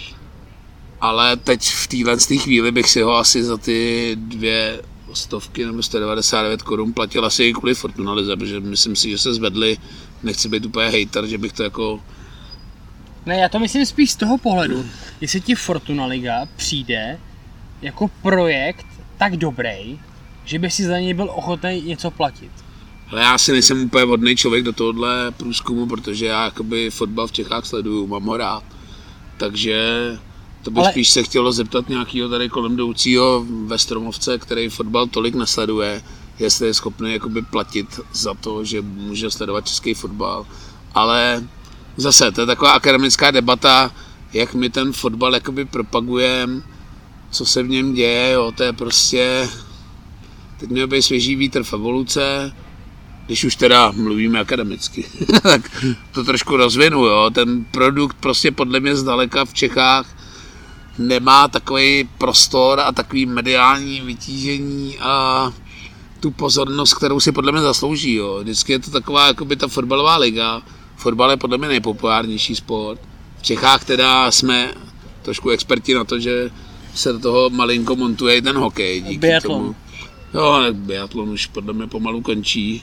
Ale teď v téhle chvíli bych si ho asi za ty dvě stovky nebo sto devadesát devět korun platil asi i kvůli Fortuna Lize, protože myslím si, že se zvedli, nechci být úplně hejter, že bych to jako... Ne, já to myslím spíš z toho pohledu, jestli ti Fortuna Liga přijde jako projekt tak dobrý, že by si za něj byl ochotný něco platit. Ale já si nejsem úplně vhodný člověk do tohohle průzkumu, protože já jakoby fotbal v Čechách sleduju, mám ho rád. Takže to bych Ale... spíš se chtělo zeptat nějakého tady kolem jdoucího ve Stromovce, který fotbal tolik nesleduje, jestli je schopný jakoby platit za to, že může sledovat český fotbal. Ale zase, to je taková akademická debata, jak my ten fotbal jakoby propagujeme, co se v něm děje, jo, to je prostě, teď měl být svěží vítr v evoluce, když už teda mluvíme akademicky, tak to trošku rozvinu, jo, ten produkt prostě podle mě zdaleka v Čechách nemá takový prostor a takový mediální vytížení a tu pozornost, kterou si podle mě zaslouží, jo. Vždycky je to taková jakoby ta fotbalová liga, fotbal je podle mě nejpopulárnější sport. V Čechách teda jsme trošku experti na to, že se do toho malinko montuje i ten hokej. Díky biatlon. Tomu. Jo, ale biatlon už podle mě pomalu končí.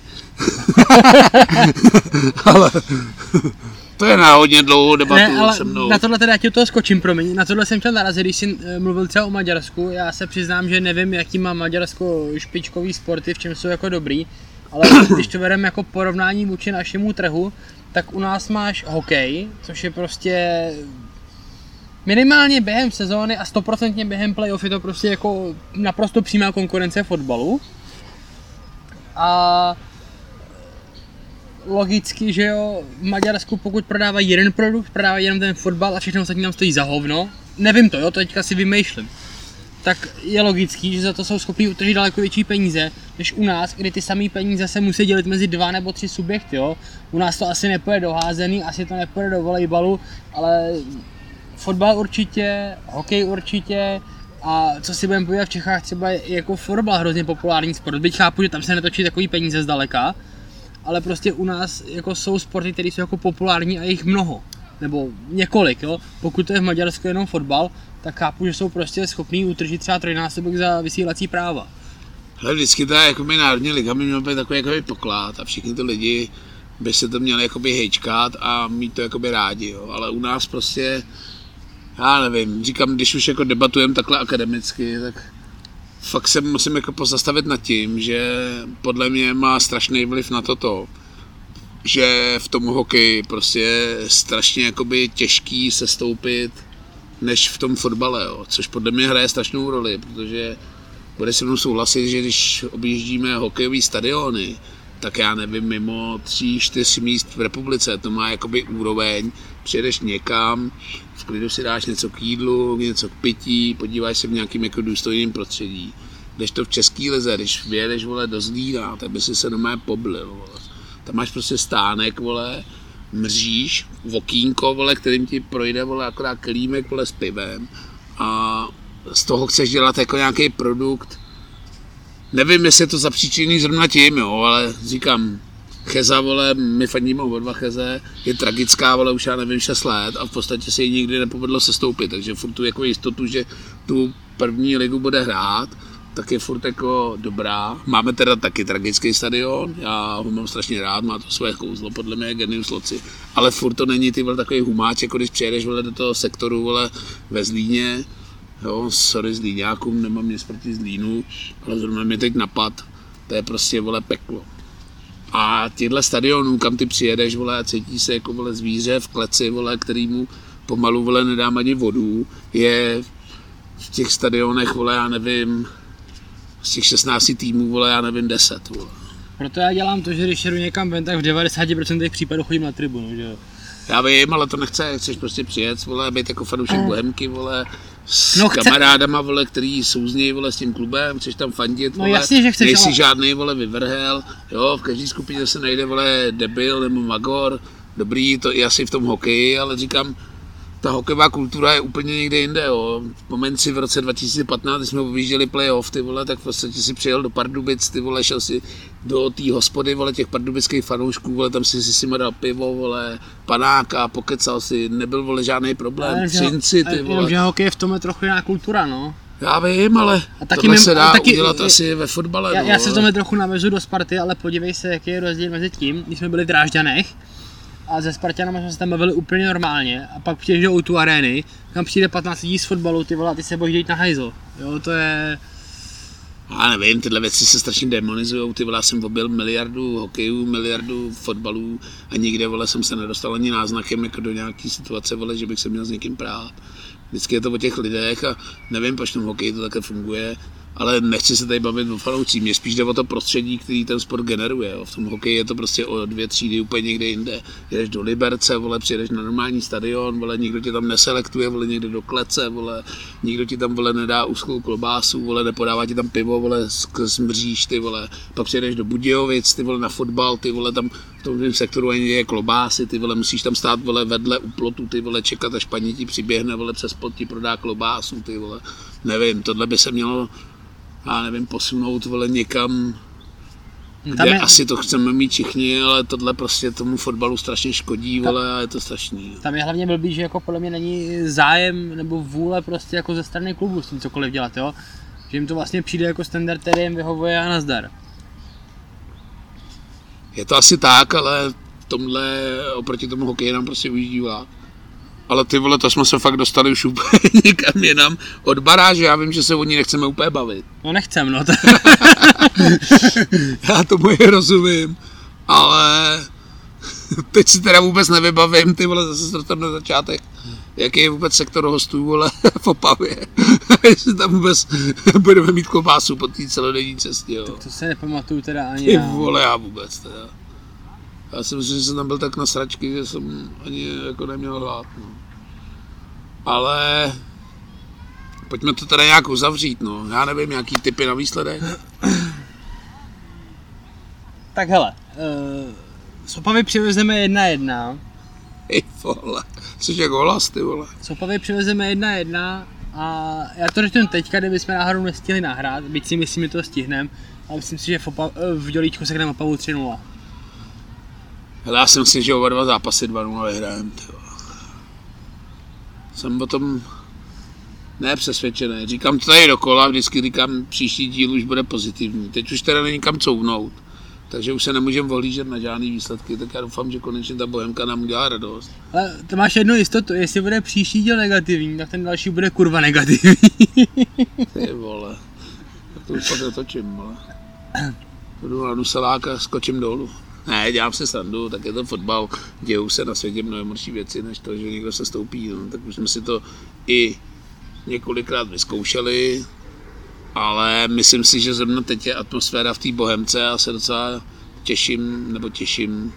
Ale to je na hodně dlouhou debatu ne, ale se mnou. Na tohle teda já ti toho skočím, promiň. Na tohle jsem chtěl narazit, když jsi mluvil třeba o Maďarsku. Já se přiznám, že nevím, jaký má Maďarsko špičkový sporty, v čem jsou jako dobrý. Ale když to bereme jako porovnání vůči našemu trhu, tak u nás máš hokej, což je prostě minimálně během sezóny a stoprocentně během playoff je to prostě jako naprosto přímá konkurence fotbalu. A logicky, že jo, v Maďarsku pokud prodávají jeden produkt, prodávají jenom ten fotbal a všechno ostatní tam stojí za hovno. Nevím to, jo, to teďka si vymýšlím. Tak je logický, že za to jsou schopni utržit daleko větší peníze, než u nás, kdy ty samé peníze se musí dělit mezi dva nebo tři subjekty, jo. U nás to asi nepůjde do házený, asi to nepůjde do volejbalu, ale fotbal určitě, hokej určitě a co si budeme povídat v Čechách, třeba je jako fotbal hrozně populární sport, byť chápu, že tam se netočí takový peníze zdaleka, ale prostě u nás jako jsou sporty, které jsou jako populární a je jich mnoho, nebo několik, jo. Pokud to je v Maďarsku jenom fotbal, tak chápu, že jsou prostě schopní utržit třeba trojnásobek za vysílací práva. Ale vždycky ta jakoby národní liga by měla být takový jakoby poklad a všichni ty lidi by se to měli jakoby hejčkat a mít to jakoby rádi, jo. Ale u nás prostě, já nevím, říkám, když už jako debatujeme takhle akademicky, tak fakt se musím jako pozastavit nad tím, že podle mě má strašný vliv na toto, že v tom hokeji prostě je strašně jakoby těžký sestoupit než v tom fotbale, jo. Což podle mě hraje strašnou roli, protože bude se mnou souhlasit, že když objíždíme hokejové stadiony, tak já nevím, mimo tří, čtyř míst v republice, to má jakoby úroveň, přijedeš někam, v klidu si dáš něco k jídlu, něco k pití, podíváš se v nějakým jako důstojným prostředí. Když to v český lize, když vyjedeš, vole, do Zlína, tak by si se doma poblil, vole. Tam máš prostě stánek, vole, mříš, okýnko, vole, kterým ti projde, vole, akorát kelímek, vole, s pivem a z toho chceš dělat jako nějaký produkt. Nevím, jestli je to zapříčiněný zrovna tím, jo, ale říkám, Cheza, vole, my fandíme o dva Cheze, je tragická, vole, už já nevím, šest let a v podstatě se jí nikdy nepovedlo sestoupit, takže furt tu jako jistotu, že tu první ligu bude hrát tak je furt jako dobrá. Máme teda taky tragický stadion, já ho mám strašně rád, má to své kouzlo, podle mě je genius loci, ale furt to není ty vole takový humáč, jako když přijedeš vole do toho sektoru vole ve Zlíně, jo, sorry Zlíňákům, nemám nic proti Zlínu, ale zrovna mě teď napad, to je prostě vole peklo. A těchto stadionů, kam ty přijedeš vole a cítíš se jako vole zvíře v kleci, vole, který mu pomalu vole nedám ani vodu, je v těch stadionech vole, já nevím, z těch šestnácti týmů, vole, já nevím, deset, vole. Proto já dělám to, že když jedu někam ven, tak v devadesát procent těch případů chodím na tribunu, že jo. Já vím, ale to nechce, chceš prostě přijet, vole, být jako fanoušek Bohemky, vole, s no, kamarádama, vole, který souzní, vole, s tím klubem, chceš tam fandit, vole, no, jasně, že chceš, nejsi ale... žádný, vole, vyvrhel, jo, v každé skupině se najde, vole, debil nebo magor, dobrý, to i asi v tom hokeji, ale říkám, ta hokejová kultura je úplně někde jinde, jo. Moment si v roce dva tisíce patnáct, když jsme objížděli playoff, ty vole, tak v podstatě si přijel do Pardubic, ty vole, šel si do té hospody, vole, těch pardubických fanoušků, vole, tam si si si dal pivo, vole, panáka, pokecal si, nebyl, vole, žádný problém, třinci, ty vole. Jenom, že hokej je v tom je trochu jiná kultura, no. Já vím, ale a taky tohle mimo, se dá taky, udělat je, asi ve fotbale, já, no, já se v tomhle trochu navezu do Sparty, ale podívej se, jaký je rozdíl mezi tím, když jsme byli v Drážďanech, a ze Spartanama jsme se tam bavili úplně normálně a pak přijdeš do O dva arény, tam přijde patnáct lidí z fotbalu, ty vole, ty se bojíš jít na hajzl, jo, to je... Já nevím, tyhle věci se strašně demonizujou, ty vole, já jsem objel miliardu hokejů, miliardu fotbalů a nikde, vole, jsem se nedostal ani náznakem jako do nějaký situace, vole, že bych se měl s někým prát. Vždycky je to o těch lidech a nevím, proč v tom hokeji to také funguje, ale nechci se tady bavit o fanoucích, mě spíš jde o to prostředí, který ten sport generuje. Jo. V tom hokeji je to prostě o dvě třídy úplně někde jinde. Jedeš do Liberce, vole, přijedeš na normální stadion, vole, nikdo tě tam neselektuje, vole, někde do klece, vole, nikdo ti tam, vole, nedá úzkou klobásu, vole, nepodává ti tam pivo, vole, smříš, ty vole, pak přijedeš do Budějovic, ty vole, na fotbal, ty vole, tam v tom sektoru ani je klobásy, ty vole, musíš tam stát, vole, vedle u plotu, ty vole, čekat, až paní ti přiběhne, vole, přes plot ti prodá klobásu, ty vole, nevím, tohle by se mělo, já nevím, posunout, vole, někam, kde je... asi to chceme mít všichni, ale tohle prostě tomu fotbalu strašně škodí, vole, a je to strašný. Tam je hlavně blbý, že jako podle mě není zájem nebo vůle prostě jako ze strany klubu s tím cokoliv dělat, jo? Že jim to vlastně přijde jako standard, který jim vyhovuje a nazdar. Je to asi tak, ale v tomhle oproti tomu hokeji nám prostě ujíždí vlák. Ale ty vole, to jsme se fakt dostali už úplně někam jinam od baráže, já vím, že se o ní nechceme úplně bavit. No nechcem, no. Já tomu je rozumím, ale teď si teda vůbec nevybavím, ty vole, zase se dostanu na začátek, jaký je vůbec sektor hostů, vole, v Opavě. Jestli tam vůbec budeme mít klobásu po té celodenní cestě, jo. Tak to se nepamatuju teda ani ty já. vole, já vůbec teda. Já si myslím, že jsem tam byl tak na sračky, že jsem ani jako neměl hlad, no. Ale pojďme to teda nějak uzavřít, no. Já nevím, nějaký tipy na výsledek. Tak hele, uh, z Opavy přivezeme jedna jedna. Ty vole, jsi jako hlas, ty vole. Z Opavy přivezeme jedna jedna a já to řeknu teďka, kdybychom náhodou nestihli nahrát, byť si myslím, že to stihneme, ale myslím si, že v, Opa- v Dělíčku se jdeme Opavu tři nula. Hele, já si myslím, že oba dva zápasy dva nula vyhrajeme, ty vole. Jsem o tom nepřesvědčený. Říkám to tady dokola, vždycky říkám, příští díl už bude pozitivní. Teď už teda není kam couvnout, takže už se nemůžeme ohlížet na žádný výsledky, tak já doufám, že konečně ta Bohemka nám udělá radost. Ale to máš jednu jistotu, jestli bude příští díl negativní, tak ten další bude kurva negativní. Ty vole, tak to už pak otočím, vole. Půjdu na Nuseláka, skočím dolů. Ne, dělám si srandu, tak je to fotbal, dějou se na světě mnohem horší věci, než to, že někdo se stoupí, no. Tak už jsme si to i několikrát vyzkoušeli, ale myslím si, že zrovna teď je atmosféra v té Bohemce a se docela těším, nebo těším,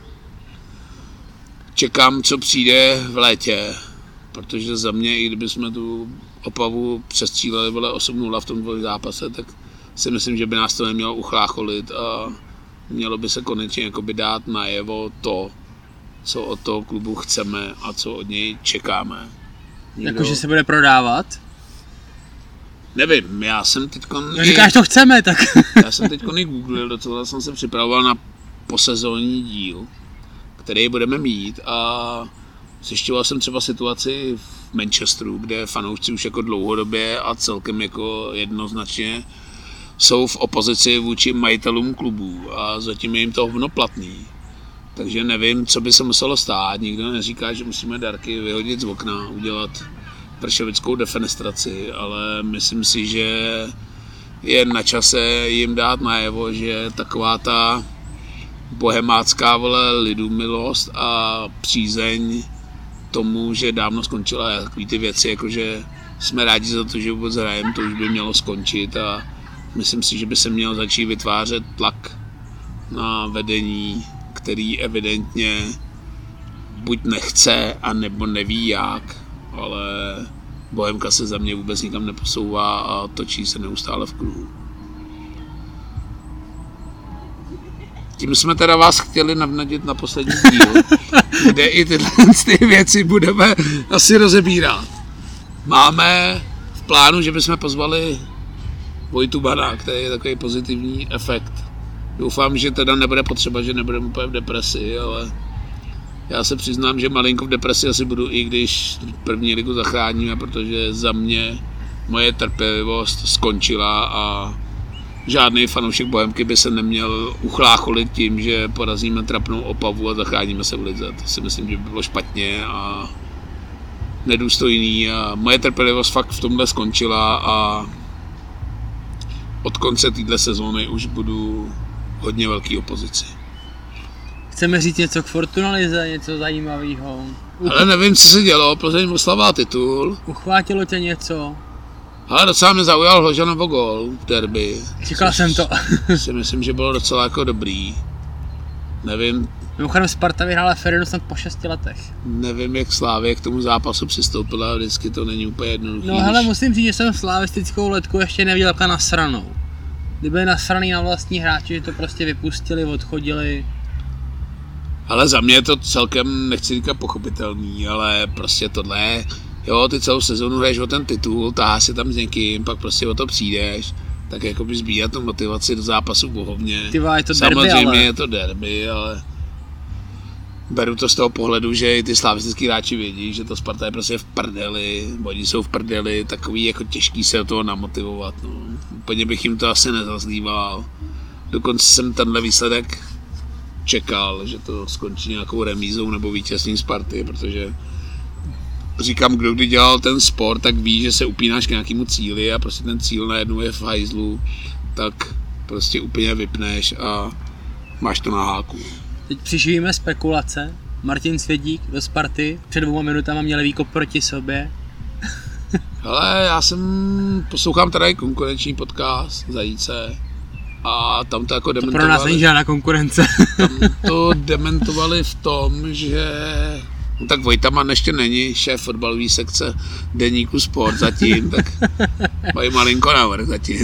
čekám, co přijde v létě, protože za mě, i kdyby jsme tu Opavu přestříleli, vole, osm nula v tom dvoj zápase, tak si myslím, že by nás to nemělo uchlácholit a mělo by se konečně jakoby dát najevo to, co od toho klubu chceme a co od něj čekáme. Nikdo... Jakože se bude prodávat? Nevím, já jsem teďko... No říkáš, to chceme, tak... Já jsem teďko googlil, docela jsem se připravoval na posezónní díl, který budeme mít a zjišťoval jsem třeba situaci v Manchesteru, kde fanoušci už jako dlouhodobě a celkem jako jednoznačně jsou v opozici vůči majitelům klubů a zatím je jim to hovnoplatný. Takže nevím, co by se muselo stát. Nikdo neříká, že musíme Darky vyhodit z okna, udělat pršovickou defenestraci, ale myslím si, že je na čase jim dát najevo, že taková ta bohemácká vole lidumilost a přízeň tomu, že dávno skončila takový ty věci, jakože jsme rádi za to, že vůbec hrajeme, to už by mělo skončit a myslím si, že by se měl začít vytvářet tlak na vedení, který evidentně buď nechce, anebo neví jak, ale Bohemka se za mě vůbec nikam neposouvá a točí se neustále v kruhu. Tím jsme teda vás chtěli navnadit na poslední díl, kde i tyhle ty věci budeme asi rozebírat. Máme v plánu, že bychom pozvali Vojtu Bana, který je takový pozitivní efekt. Doufám, že teda nebude potřeba, že nebudeme úplně v depresi, ale já se přiznám, že malinko v depresi asi budu, i když první ligu zachráníme, protože za mě moje trpělivost skončila a žádný fanoušek Bohemky by se neměl uchlácholit tím, že porazíme trapnou Opavu a zachráníme se v lize. To si myslím, že by bylo špatně a nedůstojný a moje trpělivost fakt v tomhle skončila a od konce téhle sezóny už budu hodně velký opozici. Chceme říct něco k Fortuna lize, něco zajímavého? Ale nevím, co se dělo, Plzeň oslavila titul. Uchvátilo tě něco? Ale docela mě zaujal Hložanovo gól v derby. Čekal jsem to. Si myslím, že bylo docela jako dobrý. Nevím. Mimochodem Sparta vyhrála Ferinu snad po šesti letech. Nevím, jak Slávě k tomu zápasu přistoupila, vždycky to není úplně jednoduchý. No hele, musím říct, že jsem slavistickou letku ještě neviděl jako nasranou. Kdyby nasraný na vlastní hráči, že to prostě vypustili, odchodili. Ale za mě je to celkem, nechci říkat pochopitelný, ale prostě tohle, jo, ty celou sezonu hraješ o ten titul, táháš si tam s někým, pak prostě o to přijdeš, tak jako by zbíjat tu motivaci do zápasu bohovně. Ty vole, je to derby, samozřejmě ale... je to derby, ale beru to z toho pohledu, že i ty slavistický hráči vědí, že to Sparta je prostě v prdeli, oni jsou v prdeli, takový jako těžký se do toho namotivovat, no. Úplně bych jim to asi nezazlíval. Dokonce jsem tenhle výsledek čekal, že to skončí nějakou remízou nebo vítězstvím Sparty, protože říkám, kdo kdy dělal ten sport, tak ví, že se upínáš k nějakému cíli a prostě ten cíl najednou je v hajzlu, tak prostě úplně vypneš a máš to na háku. Teď přižijeme spekulace. Martin Svědík do Sparty, před dvouma minutama měl výkop proti sobě. Hele, já jsem, poslouchám tady konkurenční podcast Zajíce a tam to jako dementovali. To pro nás není žádná konkurence. Tam to dementovali v tom, že no tak Vojtaman ještě není šéf fotbalové sekce deníku Sport zatím, tak mají malinko návrh zatím.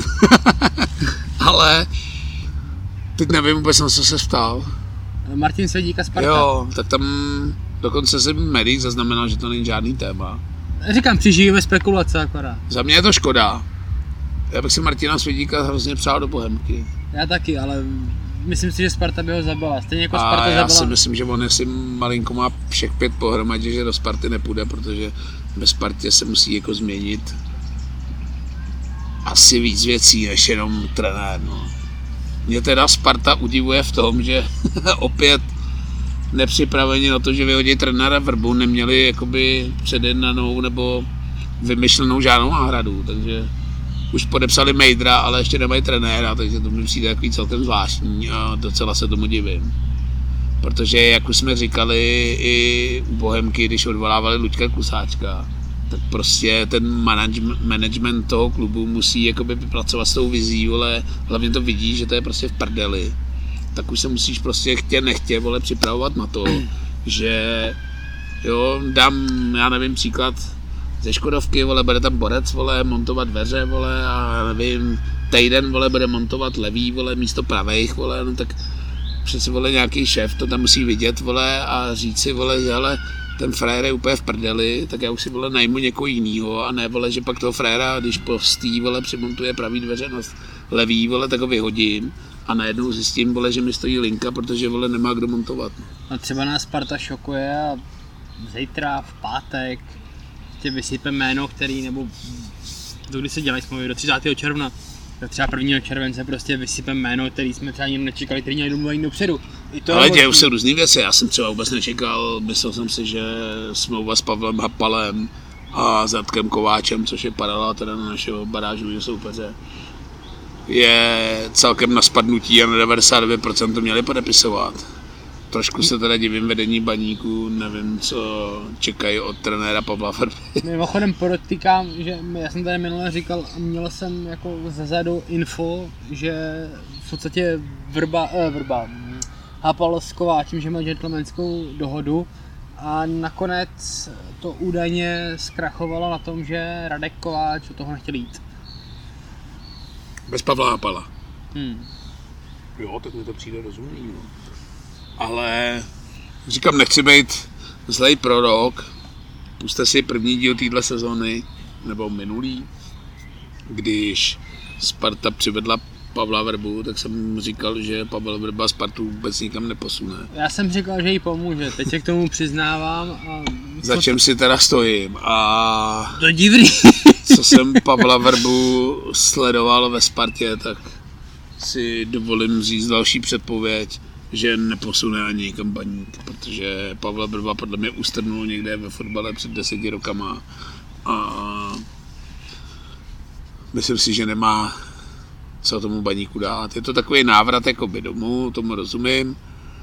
Ale teď nevím vůbec, na co se ptal. Martin Svědík a Sparta. Jo, tak tam dokonce jsem v médiích zaznamenal, že to není žádný téma. Říkám, přižijeme spekulace akorát. Za mě je to škoda. Já bych si Martina Svědíka hrozně přál do Bohemky. Já taky, ale myslím si, že Sparta by ho zabila. Stejně jako a Sparta já zabila. si myslím, že on jestli malinko má všech pět pohromadě, že do Sparty nepůjde, protože ve Spartě se musí jako změnit asi víc věcí, než jenom trenér. No. Mě teda Sparta udivuje v tom, že opět nepřipraveni na to, že vyhodí trenéra Vrbu, neměli jakoby předjednanou nebo vymyšlenou žádnou náhradu, takže už podepsali Mejdra, ale ještě nemají trenéra, takže to mi přijde takový celkem zvláštní a docela se tomu divím. Protože, jak už jsme říkali i u Bohemky, když odvolávali Luďka Kusáčka, tak prostě ten management, management toho klubu musí jakoby pracovat s tou vizí, vole, hlavně to vidí, že to je prostě v prdeli. Tak už se musíš prostě chtě nechtě, vole, připravovat na to, že jo, dám, já nevím, příklad ze Škodovky, vole, bude tam borec, vole, montovat dveře, vole, a nevím, týden, vole, bude montovat levý, vole, místo pravejch, vole, no tak přece, vole, nějaký šéf to tam musí vidět, vole, a říct si, vole, že, hele, ten frér je úplně v prdeli, tak já už si, vole, najmu někoho jinýho a ne, vole, že pak toho fréra, když postý, vole, přimontuje pravý dveře na levý, vole, tak ho vyhodím a najednou zjistím, vole, že mi stojí linka, protože, vole, nemá kdo montovat. A třeba nás Sparta šokuje a zítra, v pátek, tě vysype jméno, který, nebo do kdy se dělají smlouvy, do třicátého června, třeba prvního července prostě vysypeme jméno, který jsme třeba nikdo nečekali, který měli domluvený dopředu. Ale dějou se různý věci, já jsem třeba vůbec nečekal, myslel jsem si, že smlouva s Pavlem Hapalem a Zatkem Kováčem, což je paralela teda na našeho barážového soupeře, je celkem na spadnutí a na devadesát devět procent to měli podepisovat. Trošku se teda divím vedení Baníku, nevím, co čekají od trenéra Pavla Vrby. Mimochodem podotýkám, že já jsem tady minule říkal a měl jsem jako zezadu info, že v podstatě Vrba, eh, Vrba Hapal s Kováčem, že mají gentlemanskou dohodu a nakonec to údajně zkrachovalo na tom, že Radek Kováč od toho nechtěl jít. Bez Pavla Hapala. Hmm. Jo, tak mi to přijde rozumný. No. Ale říkám, nechci být zlej prorok. Puste si první díl téhle sezóny, nebo minulý, když Sparta přivedla Pavla Vrbu, tak jsem mu říkal, že Pavel Vrba Spartu vůbec nikam neposune. Já jsem říkal, že jí pomůže, teď se k tomu přiznávám. A za čem si teda stojím a to divný. Co jsem Pavla Vrbu sledoval ve Spartě, tak si dovolím říct další předpověď, že neposune ani nikam Baník, protože Pavla Vrba podle mě ustrnul někde ve fotbale před deseti rokama a myslím si, že nemá co tomu Baníku dát. Je to takový návrat jakoby domů, tomu rozumím,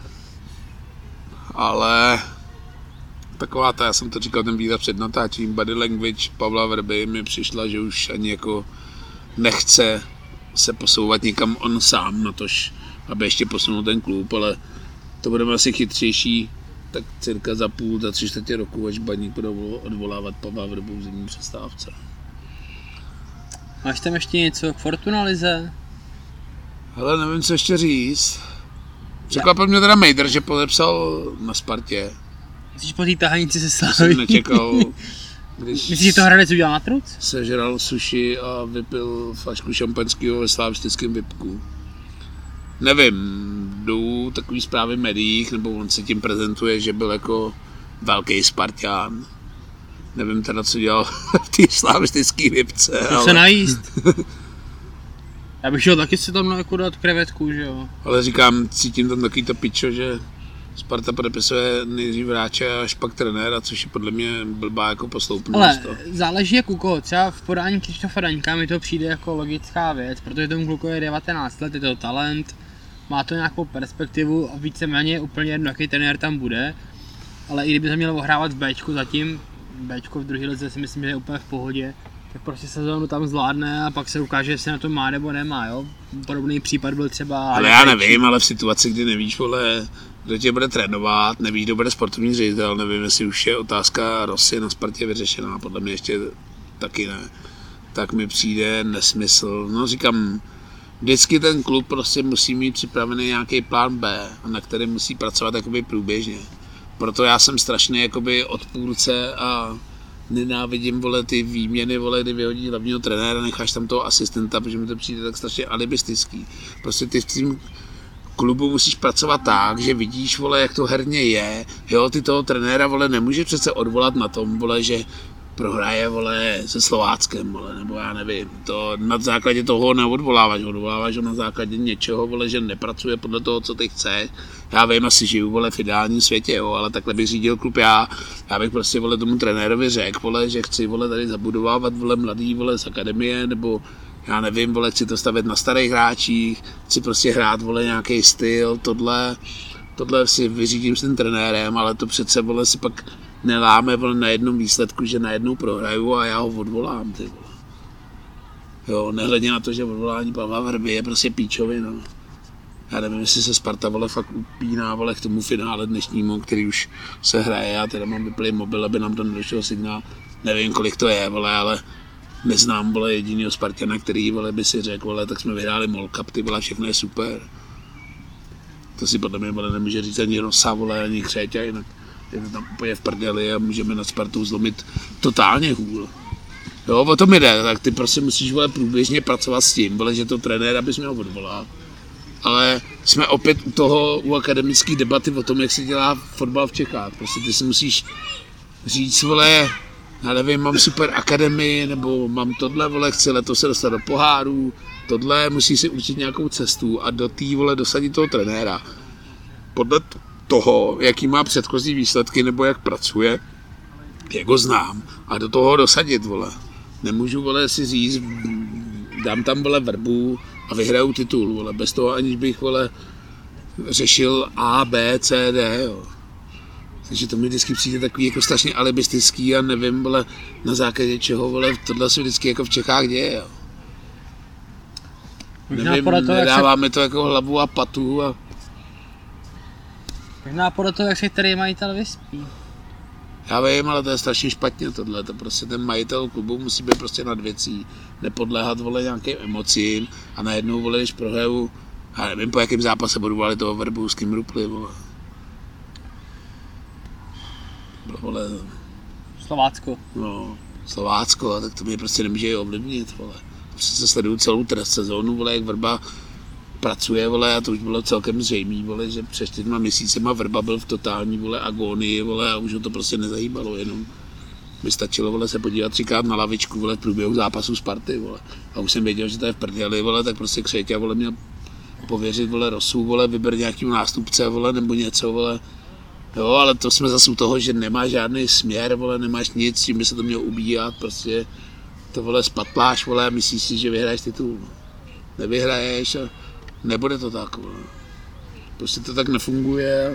ale taková ta, já jsem to říkal ten výraz před natáčením, body language Pavla Vrby mi přišla, že už ani jako nechce se posouvat někam on sám, natož aby ještě posunul ten klub, ale to budeme asi chytřejší tak cirka za půl, za tři čtvrtě roku, až Baník bude odvolávat Pavla Vrbu v zimní přestávce. Máš tam ještě něco k Fortuna lize? Hele, nevím, co ještě říct. Překvapil mě teda Mejdr, že podepsal na Spartě. Myslíš po té tahanici se Slaví? Jsem nečekal. Když Myslíš, že to Hradec udělal na truc? Sežral sushi a vypil flašku šampaňského ve slavistickém vypku. Nevím, jdou takový zprávy v médiích, nebo on se tím prezentuje, že byl jako velký Sparťán. Nevím teda, co dělal v té slavistické vypce. Chtěl ale... se najíst. Já bych šel taky si tam jako dát krevetku, že jo. Ale říkám, cítím tam takový to pičo, že Sparta podepisuje nejdřív hráče až pak trenéra, což je podle mě blbá jako posloupnost. Ale záleží jak u koho. Třeba v podání Krištofa Daňka mi to přijde jako logická věc, protože tomu kluku je devatenáct let, je to talent, má to nějakou perspektivu a víceméně je úplně jedno, jaký trenér tam bude. Ale i kdyby se měl ohrávat v Bčku zatím, Bčko v druhé lize si myslím, že je úplně v pohodě, tak prostě sezónu tam zvládne a pak se ukáže, jestli na to má nebo nemá, jo. Podobný případ byl třeba... Ale já nevím, ale v situaci, kdy nevíš, vole, kdo tě bude trénovat, nevíš, kdo bude sportovní ředitel, nevím, jestli už je otázka Rosy na Spartě vyřešená, podle mě ještě taky ne. Tak mi přijde nesmysl. No říkám, vždycky ten klub prostě musí mít připravený nějaký plán B, na který musí pracovat jakoby průběžně. Proto já jsem strašný jakoby odpůrce a nenávidím, vole, ty výměny, vole, kdy vyhodí hlavního trenéra, necháš tam toho asistenta, protože mi to přijde tak strašně alibistický. Prostě ty v tím klubu musíš pracovat tak, že vidíš, vole, jak to herně je. Jo, ty toho trenéra, vole, nemůžeš přece odvolat na tom, vole, že prohraje, vole, se Slováckem, vole, nebo já nevím. To na základě toho neodvoláváš, odvoláváš ho na základě něčeho, vole, že nepracuje podle toho, co ty chceš. Já vím, asi žiju, vole, v ideálním světě, jo, ale takhle bych řídil klub já. Já bych prostě, vole, tomu trenérovi řekl, vole, že chci, vole, tady zabudovávat, vole, mladý, vole, z akademie, nebo já nevím, vole, chci to stavět na starých hráčích, chci prostě hrát, vole, nějaký styl, tohle, tohle si vyřídím s tím trenérem, ale to přece, vole, si pak neláme, vole, na jednom výsledku, že najednou prohraju a já ho odvolám, ty vole. Jo, nehledě na to, že odvolání Pavla Vrby je prostě píčovina. No. Já nevím, jestli se Sparta, vole, fakt upíná, vole, k tomu finále dnešnímu, který už se hraje, já teda mám vyplý mobil, aby nám to nedošel signál, nevím, kolik to je, vole, ale neznám, vole, jedinýho Spartana, který, vole, by si řekl, vole, tak jsme vyhráli Mall Cup, ty vole, všechno je super. To si podle mě, vole, nemůže říct ani Rosa, vole, ani Křeťa, jinak je to tam úplně v prdeli a můžeme nad Spartou zlomit totálně hůl. Jo, o tom jde, tak ty prostě musíš, vole, průběžně pracovat s tím, vole, že to trenéra bys měl odvolat. Ale jsme opět u toho, u akademické debaty o tom, jak se dělá fotbal v Čechách. Prostě ty si musíš říct, vole, já nevím, mám super akademii, nebo mám tohle, vole, chci letos se dostat do pohárů, tohle musí si učit nějakou cestu a do té vole dosadit toho trenéra. Podle toho, jaký má předchozí výsledky nebo jak pracuje, jak ho znám a do toho dosadit, vole. Nemůžu, vole, si říct, dám tam, vole, Vrbu a vyhraju titul, vole, bez toho aniž bych, vole, řešil A, B, C, D, jo. Takže to mi vždycky přijde takový jako strašně alibistický a nevím, vole, na základě čeho, vole, tohle se vždycky jako v Čechách děje, jo. Nevím, nedává mi to jako hlavu a patu a... Možná podle toho, jak se tady majitel vyspí. Já vím, ale to je strašně špatně tohle, to prostě ten majitel klubu musí být prostě nad věcí, nepodléhat, vole, nějakým emocím a najednou, vole, když prohraju, já nevím, po jakém zápase budu volit toho Vrbu, s kým rupli, vole. Bylo, vole... Slovácko. No, Slovácko, tak to mě prostě nemůže ovlivnit, vole. Prostě se sleduju celou trest sezónu, vole, jak Vrba pracuje, vole, a to už bylo celkem zřejmý, vole, že před čtyřma měsícema Vrba byl v totální, vole, agonii, vole, a už ho to prostě nezajímalo, jenom by stačilo, vole, se podívat třikrát na lavičku, vole, v průběhu zápasu Sparty, vole, a už jsem věděl, že to je v prdeli, vole, tak prostě Křeťa, vole, měl pověřit, vole, Rosu, vole, vyber nějaký nástupce, vole, nebo něco, vole, jo, ale to jsme zase u toho, že nemáš žádný směr, vole, nemáš nic, tím by se to mělo ubíjat, prostě to, vole, spatláš, vole, a myslíš si, že vyhraješ titul, nevyhraješ a nebude to tak, vole. Prostě to tak nefunguje.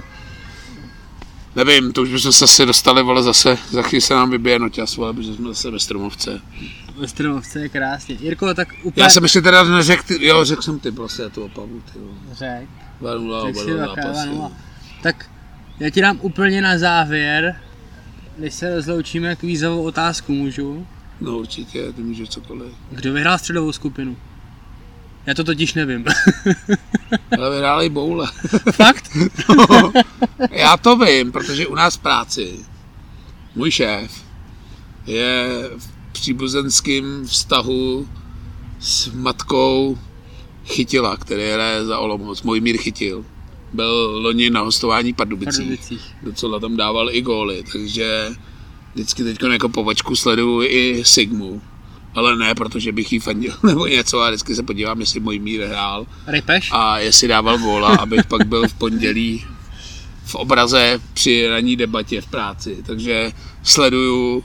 Nevím, to už bychom se zase dostali, vole, zase, za chvíli se nám vybije noťas, vole, protože jsme zase ve Stromovce. Ve Stromovce je krásně. Jirko, tak úplně... Já jsem ještě teda neřekl, ty, jo, řekl jsem ty, prostě, já to opavu, ty, jo. Řek. dva nula, oba dva zápasy. Tak já ti dám úplně na závěr, když se rozloučíme, kvízovou otázku, můžu? No určitě, ty můžeš cokoliv. Kdo vyhrál středovou skupinu? Já to totiž nevím. Ale vyhráli boule. Fakt? No, já to vím, protože u nás v práci můj šéf je v příbuzenském vztahu s matkou Chytila, který hraje za Olomouc. Mojmír Chytil. Byl loni na hostování Pardubicích. Docela tam dával i góly, takže vždycky teď jako po vočku sleduju i Sigmu. Ale ne, protože bych jí fandil nebo něco a vždycky se podívám, jestli Mojmír hrál. Rypeš? A jestli dával góla, abych pak byl v pondělí v obraze při ranní debatě v práci. Takže sleduju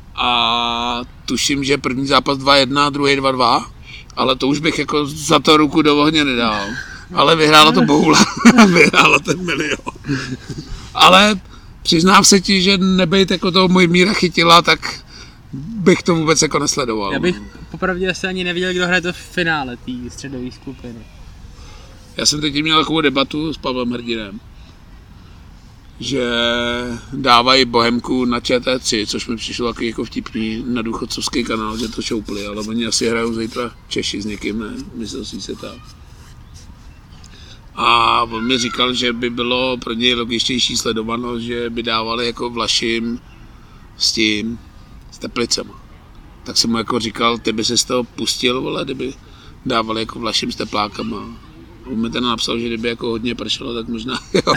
a tuším, že první zápas dva jedna, druhý dva dva, ale to už bych jako za to ruku do ohně nedal. Ale vyhrála to boula, vyhrála ten milion. Ale přiznám se ti, že nebejt jako toho Mojmíra Chytila, tak bych to vůbec jako nesledoval. Já bych popravdě asi ani neviděl, kdo hraje to v finále té středové skupiny. Já jsem teď měl takovou debatu s Pavlem Hrdinem, že dávají Bohemku na Č T tři, což mi přišlo takový jako vtipný na důchodcovský kanál, že to šoupli, ale oni asi hrajou zítra Češi s někým, ne? Myslel si se tak. A on mi říkal, že by bylo pro něj logičtější sledovanost, že by dávali jako Vlašim s tím, s Teplicema. Tak jsem mu jako říkal, ty by se z toho pustil, vole, kdyby dávali jako Vlašim s Teplákama. On mi ten napsal, že kdyby jako hodně pršelo, tak možná jo.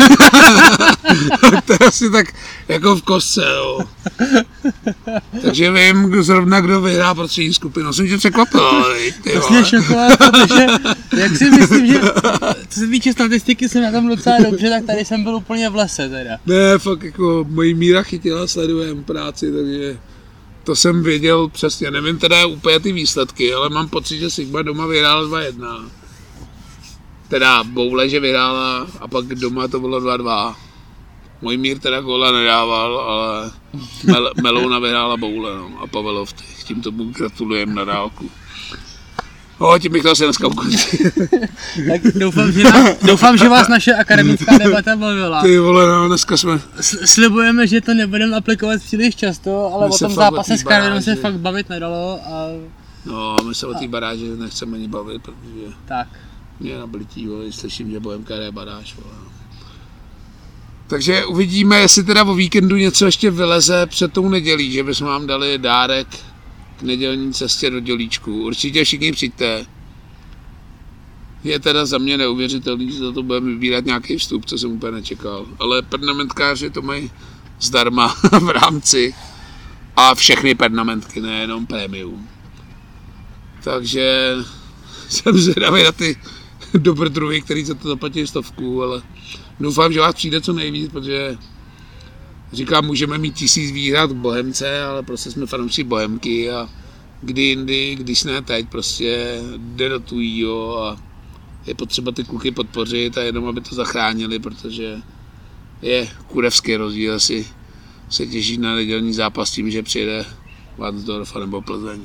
To je asi tak jako v kostce, jo. Takže vím zrovna, kdo vyhrá pro třetí skupinu. Jsem tě překvapil, ale ty to mě šokovat, protože jak si myslím, že co se týče statistiky jsem na tom docela dobře, tak tady jsem byl úplně v lese teda. Ne, fakt jako Mojmíra Chytila, sledujem práci, takže to jsem věděl přesně. Nevím teda úplně ty výsledky, ale mám pocit, že Sigma doma vyhrála dva jedna. Teda boule, že vyhrála a pak doma to bylo dva dva. Mojmír teda góla nedával, ale Mel- Melouna vyhrála boule, no, a Pavelov, tím tomu gratulujem na dálku. No, tím bych to asi dneska ukončil. Tak doufám, že, nás, doufám, že vás naše akademická debata bavila. Ty vole, no, dneska jsme... S- slibujeme, že to nebudeme aplikovat příliš často, ale my o tom zápase s Karvinou se fakt bavit nedalo a... No, my se o té baráži nechceme ani bavit, protože... Tak. Mě nablití, vole, slyším, že Bohemka je baráž, vole. Takže uvidíme, jestli teda o víkendu něco ještě vyleze před tou nedělí, že bychom vám dali dárek k nedělní cestě do Dělíčku. Určitě všichni přijďte. Je teda za mě neuvěřitelný, že za to budeme vybírat nějaký vstup, co jsem úplně nečekal. Ale pernamentkáři to mají zdarma v rámci a všechny pernamentky, nejenom prémium. Takže jsem zvědavý na ty dobrodruhy, který za to zaplatí stovku, ale doufám, že vás přijde co nejvíc, protože říkám, můžeme mít tisíc výhrad Bohemce, ale prostě jsme fanoušci Bohemky a kdy jindy, když ne teď, prostě jde do tujího a je potřeba ty kluky podpořit a jenom aby to zachránili, protože je kurevský rozdíl asi se těží na nedělní zápas tím, že přijede Varnsdorf nebo Plzeň.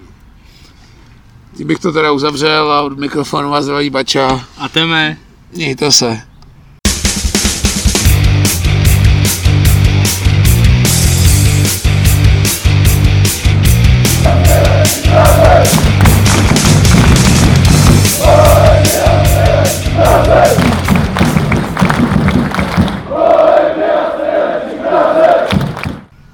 Tím bych to teda uzavřel a od mikrofonu vás zdraví Bača. A teme. Mějte se.